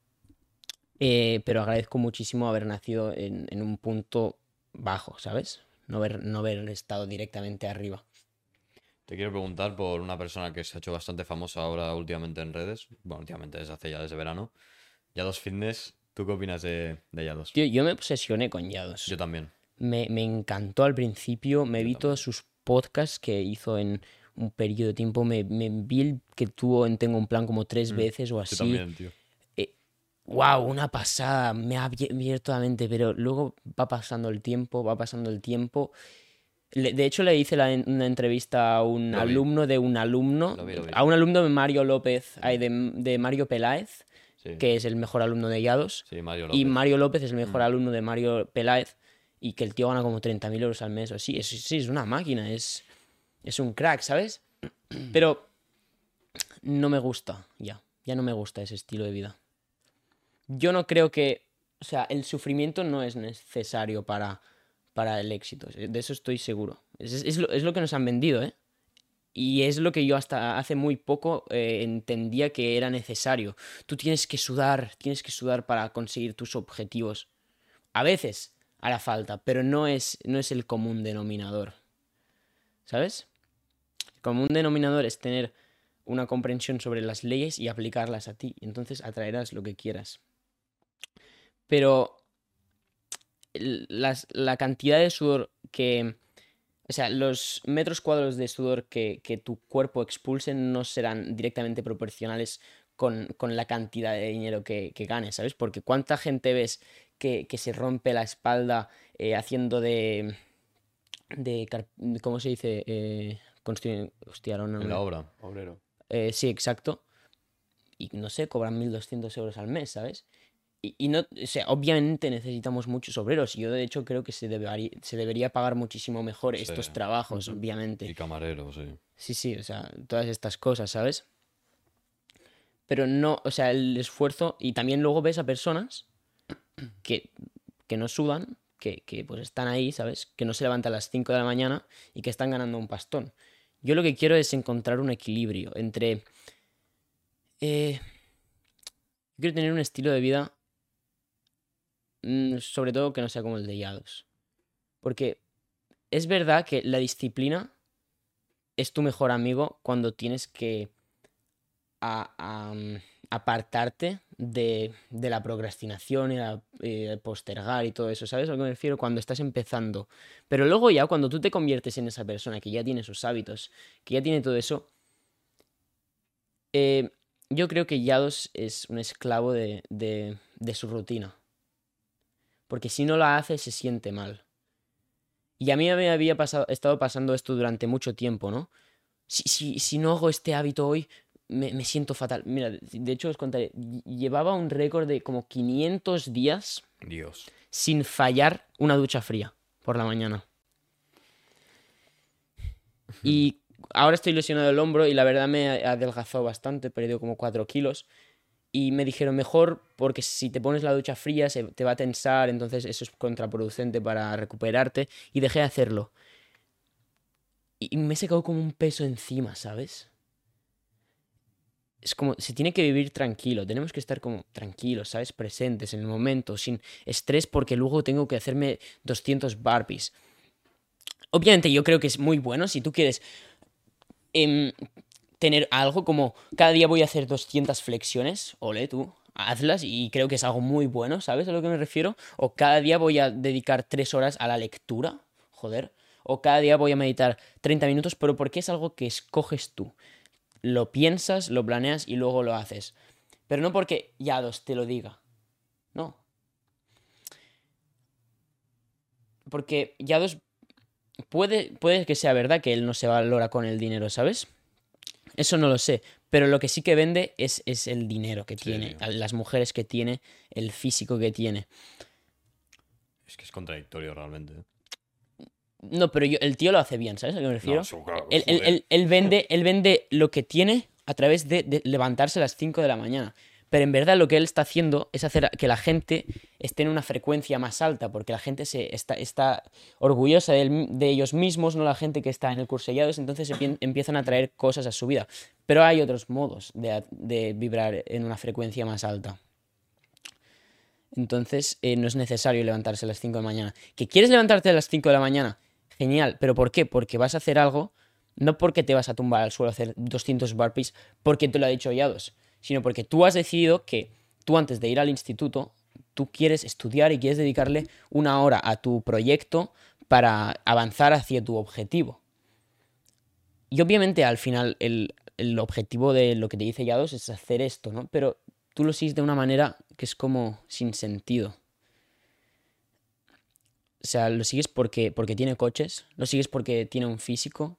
eh, pero agradezco muchísimo haber nacido en, en un punto bajo, ¿sabes? No haber, no haber estado directamente arriba. Te quiero preguntar por una persona que se ha hecho bastante famosa ahora últimamente en redes, bueno, últimamente desde hace ya desde verano, Yados Fitness. ¿Tú qué opinas de, de Yados? Tío, yo me obsesioné con Yados. Yo también. Me, me encantó al principio, me Yo vi también. todos sus podcasts que hizo en un periodo de tiempo, me, me vi el que tuvo en Tengo un Plan como tres Mm, veces o Yo así. también, tío. Wow, una pasada, me ha abie- abierto la mente, pero luego va pasando el tiempo, va pasando el tiempo. Le- de hecho, le hice la en- una entrevista a un Lo vi. alumno de un alumno, Lo vi, lo vi. a un alumno de Mario López, ay, de, de Mario Peláez, Sí, que es el mejor alumno de Yados, sí, Mario y López. Mario López es el mejor Mm. alumno de Mario Peláez, y que el tío gana como treinta mil euros al mes o así. Es, sí, es una máquina, es, es un crack, ¿sabes? Pero no me gusta, ya, ya no me gusta ese estilo de vida. Yo no creo que, o sea, el sufrimiento no es necesario para, para el éxito, de eso estoy seguro. Es, es lo, es lo que nos han vendido, ¿eh? Y es lo que yo hasta hace muy poco eh, entendía que era necesario. Tú tienes que sudar, tienes que sudar para conseguir tus objetivos. A veces hará falta, pero no es, no es el común denominador. ¿Sabes? El común denominador es tener una comprensión sobre las leyes y aplicarlas a ti. Entonces atraerás lo que quieras. Pero el- las- la cantidad de sudor que... O sea, los metros cuadrados de sudor que, que tu cuerpo expulse no serán directamente proporcionales con, con la cantidad de dinero que, que ganes, ¿sabes? Porque cuánta gente ves que, que se rompe la espalda eh, haciendo de... de car- ¿cómo se dice? Eh, construy- hostia, ahora no En me- la obra. Obrero. Eh, sí, exacto. Y no sé, cobran mil doscientos euros al mes, ¿sabes? Y, y no, o sea, obviamente necesitamos muchos obreros. Y yo, de hecho, creo que se debería, se debería pagar muchísimo mejor Sí. estos trabajos, Ujú. obviamente. Y camarero, sí. Sí, sí, o sea, todas estas cosas, ¿sabes? Pero no, o sea, el esfuerzo. Y también luego ves a personas que, que no sudan, que, que pues están ahí, ¿sabes? Que no se levantan a las cinco de la mañana y que están ganando un pastón. Yo lo que quiero es encontrar un equilibrio entre. eh, quiero tener un estilo de vida, mm, sobre todo que no sea como el de Yados. Porque es verdad que la disciplina es tu mejor amigo cuando tienes que a- a, mm, apartarte de, de la procrastinación y la, eh, postergar y todo eso, ¿sabes a lo que me refiero? Cuando estás empezando. Pero luego ya, cuando tú te conviertes en esa persona que ya tiene sus hábitos, que ya tiene todo eso, Eh, yo creo que Yados es un esclavo de, de, de su rutina. Porque si no la hace, se siente mal. Y a mí me había pasado, estado pasando esto durante mucho tiempo, ¿no? Si, si, si no hago este hábito hoy, me, me siento fatal. Mira, de hecho os contaré, ll- llevaba un récord de como quinientos días Dios. sin fallar una ducha fría por la mañana. Y ahora estoy lesionado del hombro y la verdad me ha adelgazado bastante, he perdido como cuatro kilos. Y me dijeron mejor porque si te pones la ducha fría se te va a tensar, entonces eso es contraproducente para recuperarte. Y dejé de hacerlo. Y y me he secado como un peso encima, ¿sabes? Es como, se tiene que vivir tranquilo, tenemos que estar como tranquilos, ¿sabes? Presentes en el momento, sin estrés porque luego tengo que hacerme doscientos burpees. Obviamente yo creo que es muy bueno si tú quieres em, tener algo como cada día voy a hacer doscientas flexiones, ole tú, hazlas y creo que es algo muy bueno, ¿sabes a lo que me refiero? O cada día voy a dedicar tres horas a la lectura, joder, o cada día voy a meditar treinta minutos, pero porque es algo que escoges tú. Lo piensas, lo planeas y luego lo haces. Pero no porque Yados te lo diga, no. Porque Yados puede, puede que sea verdad que él no se valora con el dinero, ¿sabes? Eso no lo sé, pero lo que sí que vende es, es el dinero que Sí, tiene, tío. las mujeres que tiene, el físico que tiene. Es que es contradictorio realmente. ¿eh? No, pero yo- el tío lo hace bien, ¿sabes a qué me refiero? No, eso, claro, Él, él- joder. él- él vende, él vende lo que tiene a través de, de levantarse a las cinco de la mañana. Pero en verdad lo que él está haciendo es hacer que la gente esté en una frecuencia más alta, porque la gente se está, está orgullosa de, él- de ellos mismos, no la gente que está en el cursellados, entonces se pien- empiezan a traer cosas a su vida. Pero hay otros modos de, a- de vibrar en una frecuencia más alta. Entonces eh, no es necesario levantarse a las cinco de la mañana. ¿Que quieres levantarte a las cinco de la mañana? Genial. ¿Pero por qué? Porque vas a hacer algo, no porque te vas a tumbar al suelo a hacer doscientos burpees porque te lo ha dicho Yados, sino porque tú has decidido que tú antes de ir al instituto, tú quieres estudiar y quieres dedicarle una hora a tu proyecto para avanzar hacia tu objetivo. Y obviamente al final el, el objetivo de lo que te dice Yados es hacer esto, ¿no? Pero tú lo sigues de una manera que es como sin sentido. O sea, lo sigues porque, porque tiene coches, lo sigues porque tiene un físico.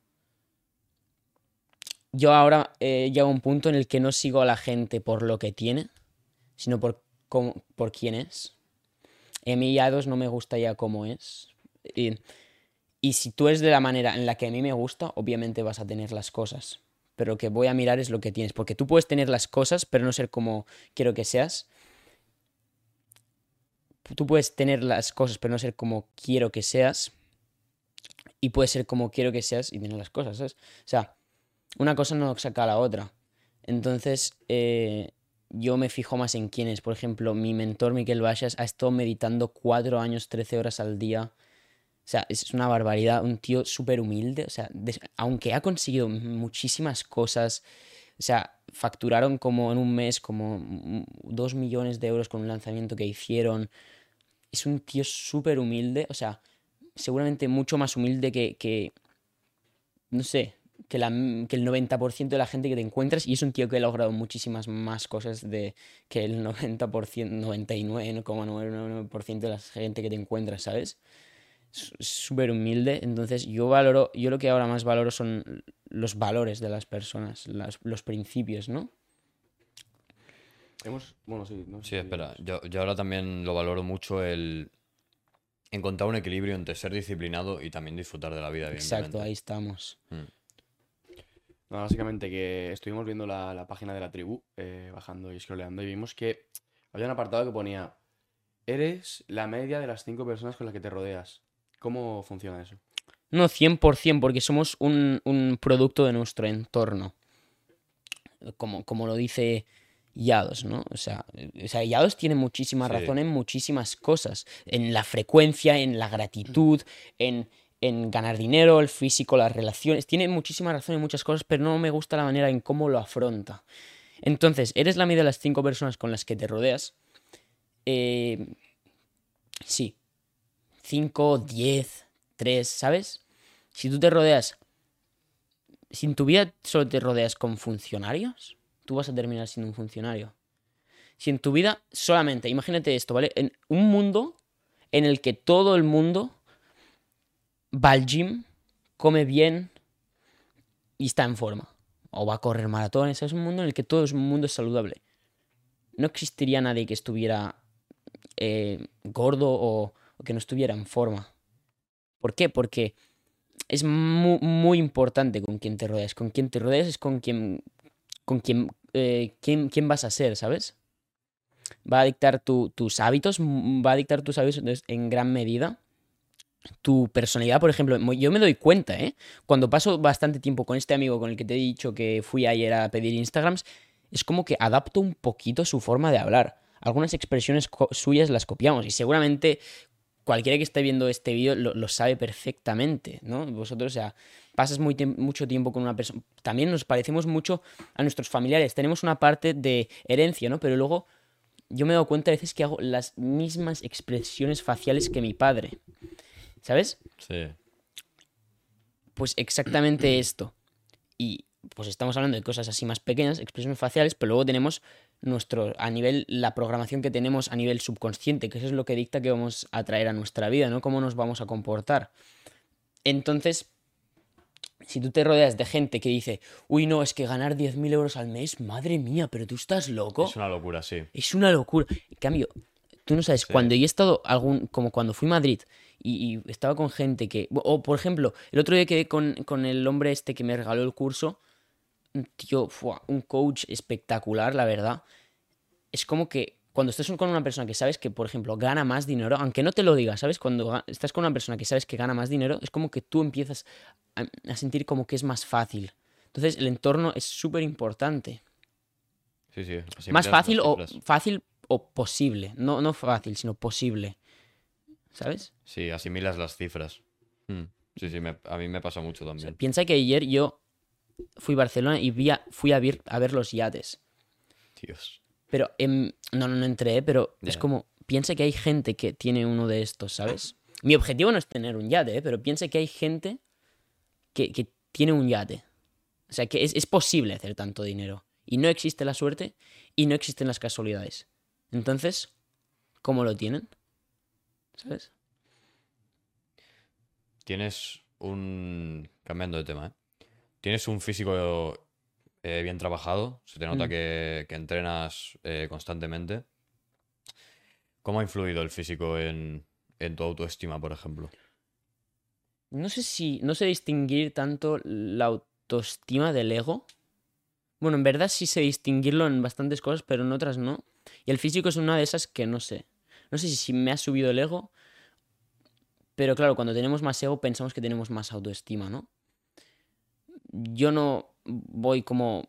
Yo ahora eh, llego a un punto en el que no sigo a la gente por lo que tiene, sino por, cómo- por quién es. A mí Yados no me gusta ya cómo es. Y, y si tú eres de la manera en la que a mí me gusta, obviamente vas a tener las cosas. Pero lo que voy a mirar es lo que tienes. Porque tú puedes tener las cosas, pero no ser como quiero que seas. Tú puedes tener las cosas, pero no ser como quiero que seas. Y puedes ser como quiero que seas y tener las cosas, ¿sabes? O sea, una cosa no saca a la otra. Entonces, eh, yo me fijo más en quién es. Por ejemplo, mi mentor, Miquel Baixas, ha estado meditando cuatro años, trece horas al día. O sea, es una barbaridad. Un tío súper humilde. O sea, des- aunque ha conseguido muchísimas cosas. O sea, facturaron como en un mes como mm, dos millones de euros con un lanzamiento que hicieron. Es un tío súper humilde. O sea, seguramente mucho más humilde que, que no sé, que, la, que el noventa por ciento de la gente que te encuentras. Y es un tío que ha logrado muchísimas más cosas de, que el noventa por ciento, noventa y nueve coma noventa y nueve por ciento de la gente que te encuentras, ¿sabes? Es es súper humilde. Entonces yo valoro, yo lo que ahora más valoro son los valores de las personas, las- los principios, ¿no? Hemos. Bueno, sí, no sé Sí, si- espera. Yo, yo ahora también lo valoro mucho el encontrar un equilibrio entre ser disciplinado y también disfrutar de la vida, Exacto, evidentemente. ahí estamos. Mm. No, básicamente que estuvimos viendo la, la página de la tribu, eh, bajando y scrolleando, y vimos que había un apartado que ponía: eres la media de las cinco personas con las que te rodeas. ¿Cómo funciona eso? No, cien por ciento, porque somos un, un producto de nuestro entorno. Como, como lo dice Yados, ¿no? O sea, o sea, Yados tiene muchísima Sí. razón en muchísimas cosas. En la frecuencia, en la gratitud, en, en ganar dinero, el físico, las relaciones. Tiene muchísima razón en muchas cosas, pero no me gusta la manera en cómo lo afronta. Entonces, eres la media de las cinco personas con las que te rodeas. Eh, sí. Cinco, diez, tres, ¿sabes? Si tú te rodeas. Si en tu vida solo te rodeas con funcionarios, tú vas a terminar siendo un funcionario. Si en tu vida solamente, imagínate esto, ¿vale? En un mundo en el que todo el mundo va al gym, come bien y está en forma. O va a correr maratones. Es un mundo en el que todo es un mundo saludable. No existiría nadie que estuviera eh, gordo o, o que no estuviera en forma. ¿Por qué? Porque es muy, muy importante con quién te rodeas. Con quién te rodeas es con quién, con quién, eh, quién, quién vas a ser, ¿sabes? Va a dictar tu, tus hábitos, va a dictar tus hábitos en gran medida. Tu personalidad, por ejemplo, yo me doy cuenta, ¿eh? Cuando paso bastante tiempo con este amigo con el que te he dicho que fui ayer a pedir Instagrams, es como que adapto un poquito su forma de hablar. Algunas expresiones suyas las copiamos y seguramente cualquiera que esté viendo este vídeo lo, lo sabe perfectamente, ¿no? Vosotros, o sea, pasas muy te- mucho tiempo con una persona. También nos parecemos mucho a nuestros familiares. Tenemos una parte de herencia, ¿no? Pero luego yo me he dado cuenta a veces que hago las mismas expresiones faciales que mi padre. ¿Sabes? Sí. Pues exactamente esto. Y pues estamos hablando de cosas así más pequeñas, expresiones faciales, pero luego tenemos nuestro, a nivel, la programación que tenemos a nivel subconsciente, que eso es lo que dicta que vamos a traer a nuestra vida, ¿no? Cómo nos vamos a comportar. Entonces, si tú te rodeas de gente que dice, uy, no, es que ganar diez mil euros al mes, madre mía, pero tú estás loco. Es una locura, sí. Es una locura. En cambio, tú no sabes, Sí. cuando yo he estado algún, como cuando fui a Madrid y, y estaba con gente que, o por ejemplo, el otro día quedé con, con el hombre este que me regaló el curso, un tío, fua, un coach espectacular, la verdad. Es como que cuando estás con una persona que sabes que, por ejemplo, gana más dinero, aunque no te lo diga, ¿sabes? Cuando ga- estás con una persona que sabes que gana más dinero, es como que tú empiezas a, a sentir como que es más fácil. Entonces, el entorno es súper importante. Sí, sí. Así Más miras fácil las o cifras. fácil o posible. No, no fácil, sino posible. ¿Sabes? Sí, asimilas las cifras. Mm. Sí, sí, me- a mí me pasa mucho O sea, también. piensa que ayer yo fui a Barcelona y vi a- fui a ver, a ver los yates. Dios. Pero en- no, no, no entré, ¿eh? Pero es Ya. como, piensa que hay gente que tiene uno de estos, ¿sabes? Mi objetivo no es tener un yate, ¿eh? Pero piensa que hay gente que, que tiene un yate. O sea, que es, es posible hacer tanto dinero. Y no existe la suerte y no existen las casualidades. Entonces, ¿cómo lo tienen? ¿Sabes? Tienes un... Cambiando de tema, ¿eh? Tienes un físico eh, bien trabajado. Se te nota Mm. que, que entrenas eh, constantemente. ¿Cómo ha influido el físico en, en tu autoestima, por ejemplo? No sé si, no sé distinguir tanto la autoestima del ego. Bueno, en verdad sí sé distinguirlo en bastantes cosas, pero en otras no. Y el físico es una de esas que no sé. No sé si, si me ha subido el ego, pero claro, cuando tenemos más ego pensamos que tenemos más autoestima, ¿no? Yo no voy como...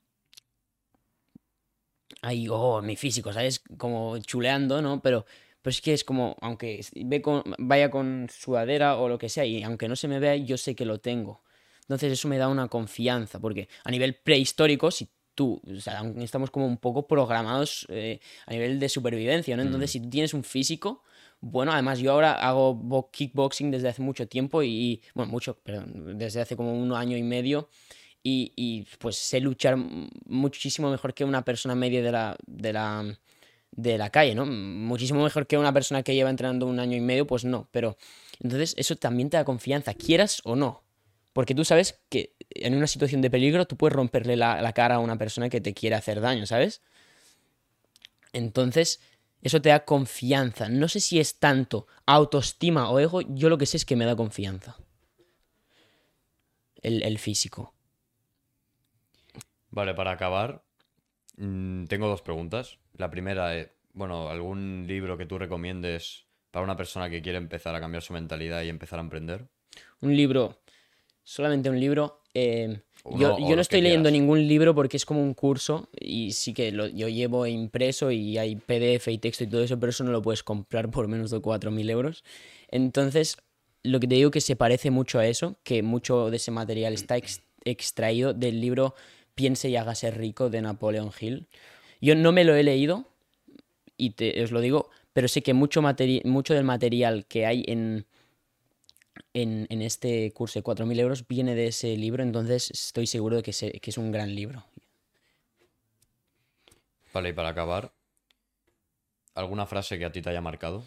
Ahí, oh, mi físico, ¿sabes? Como chuleando, ¿no? Pero, pero es que es como, aunque es- ve con- vaya con sudadera o lo que sea, y aunque no se me vea, yo sé que lo tengo. Entonces eso me da una confianza, porque a nivel prehistórico, si tú, o sea, aún estamos como un poco programados eh, a nivel de supervivencia, ¿no? Entonces Mm. si tú tienes un físico, bueno, además yo ahora hago bo- kickboxing desde hace mucho tiempo y, bueno, mucho, perdón, desde hace como un año y medio y, y, pues sé luchar m- muchísimo mejor que una persona media de la, de la, de la calle, ¿no? Muchísimo mejor que una persona que lleva entrenando un año y medio, pues no, pero entonces eso también te da confianza, quieras o no. Porque tú sabes que en una situación de peligro tú puedes romperle la, la cara a una persona que te quiere hacer daño, ¿sabes? Entonces, eso te da confianza. No sé si es tanto autoestima o ego, yo lo que sé es que me da confianza. El, el físico. Vale, para acabar, mm, tengo dos preguntas. La primera es, bueno, ¿algún libro que tú recomiendes para una persona que quiere empezar a cambiar su mentalidad y empezar a emprender? Un libro, solamente un libro. eh, yo, Uno o yo no los que estoy leyendo quieras. ningún libro porque es como un curso y sí que lo, yo llevo impreso y hay P D F y texto y todo eso, pero eso no lo puedes comprar por menos de cuatro mil euros. Entonces, lo que te digo que se parece mucho a eso, que mucho de ese material está ex- extraído del libro Piense y hágase rico de Napoleon Hill. Yo no me lo he leído y te, os lo digo, pero sé que mucho, materi- mucho del material que hay en, en, en este curso de cuatro mil euros viene de ese libro, entonces estoy seguro de que, se- que es un gran libro. Vale, y para acabar, ¿alguna frase que a ti te haya marcado?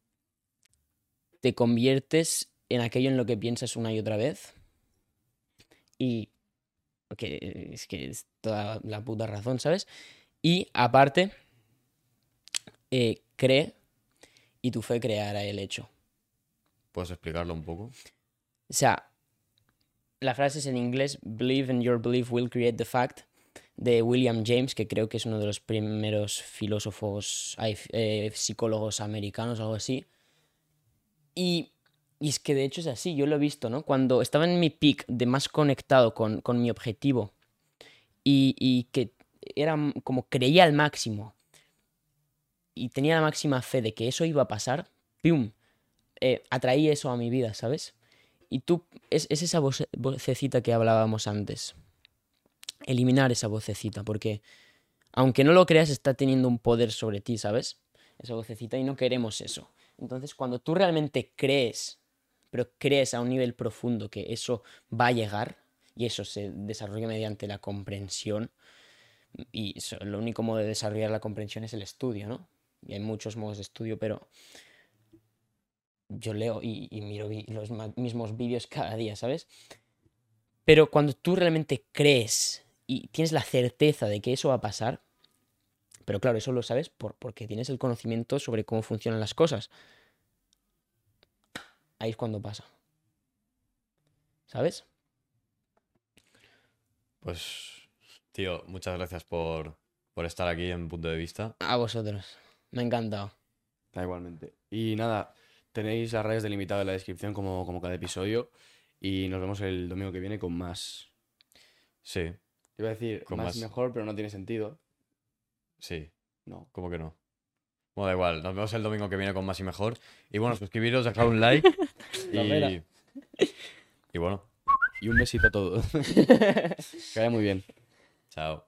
Te conviertes en aquello en lo que piensas una y otra vez. Y que es que es toda la puta razón, ¿sabes? Y aparte, eh, cree y tu fe creará el hecho. ¿Puedes explicarlo un poco? O sea, la frase es en inglés, believe and your belief will create the fact, de William James, que creo que es uno de los primeros filósofos, ay, eh, psicólogos americanos, algo así. Y, y es que de hecho es así, yo lo he visto, ¿no? Cuando estaba en mi peak de más conectado con, con mi objetivo y, y que era m- como creía al máximo y tenía la máxima fe de que eso iba a pasar, ¡pum! Eh, atraí eso a mi vida, ¿sabes? Y tú, es, es esa voce- vocecita que hablábamos antes. Eliminar esa vocecita, porque aunque no lo creas, está teniendo un poder sobre ti, ¿sabes? Esa vocecita y no queremos eso. Entonces, cuando tú realmente crees, pero crees a un nivel profundo que eso va a llegar y eso se desarrolla mediante la comprensión, y eso, lo único modo de desarrollar la comprensión es el estudio, ¿no? Y hay muchos modos de estudio, pero yo leo y, y miro vi- los ma- mismos vídeos cada día, ¿sabes? Pero cuando tú realmente crees y tienes la certeza de que eso va a pasar, pero claro, eso lo sabes por, porque tienes el conocimiento sobre cómo funcionan las cosas. Ahí es cuando pasa. ¿Sabes? Pues, tío, muchas gracias por, por estar aquí en Punto de Vista. A vosotros. Me ha encantado. Da igualmente. Y nada, tenéis las redes del invitado en la descripción como, como cada episodio. Y nos vemos el domingo que viene con más. Sí, Iba a decir Con más, más. mejor, pero no tiene sentido. sí, No. ¿cómo que no? Bueno, da igual, nos vemos el domingo que viene con más y mejor. Y bueno, suscribiros, dejad un like Papera. y, y bueno, Y un besito a todos. Que vaya muy bien. chao.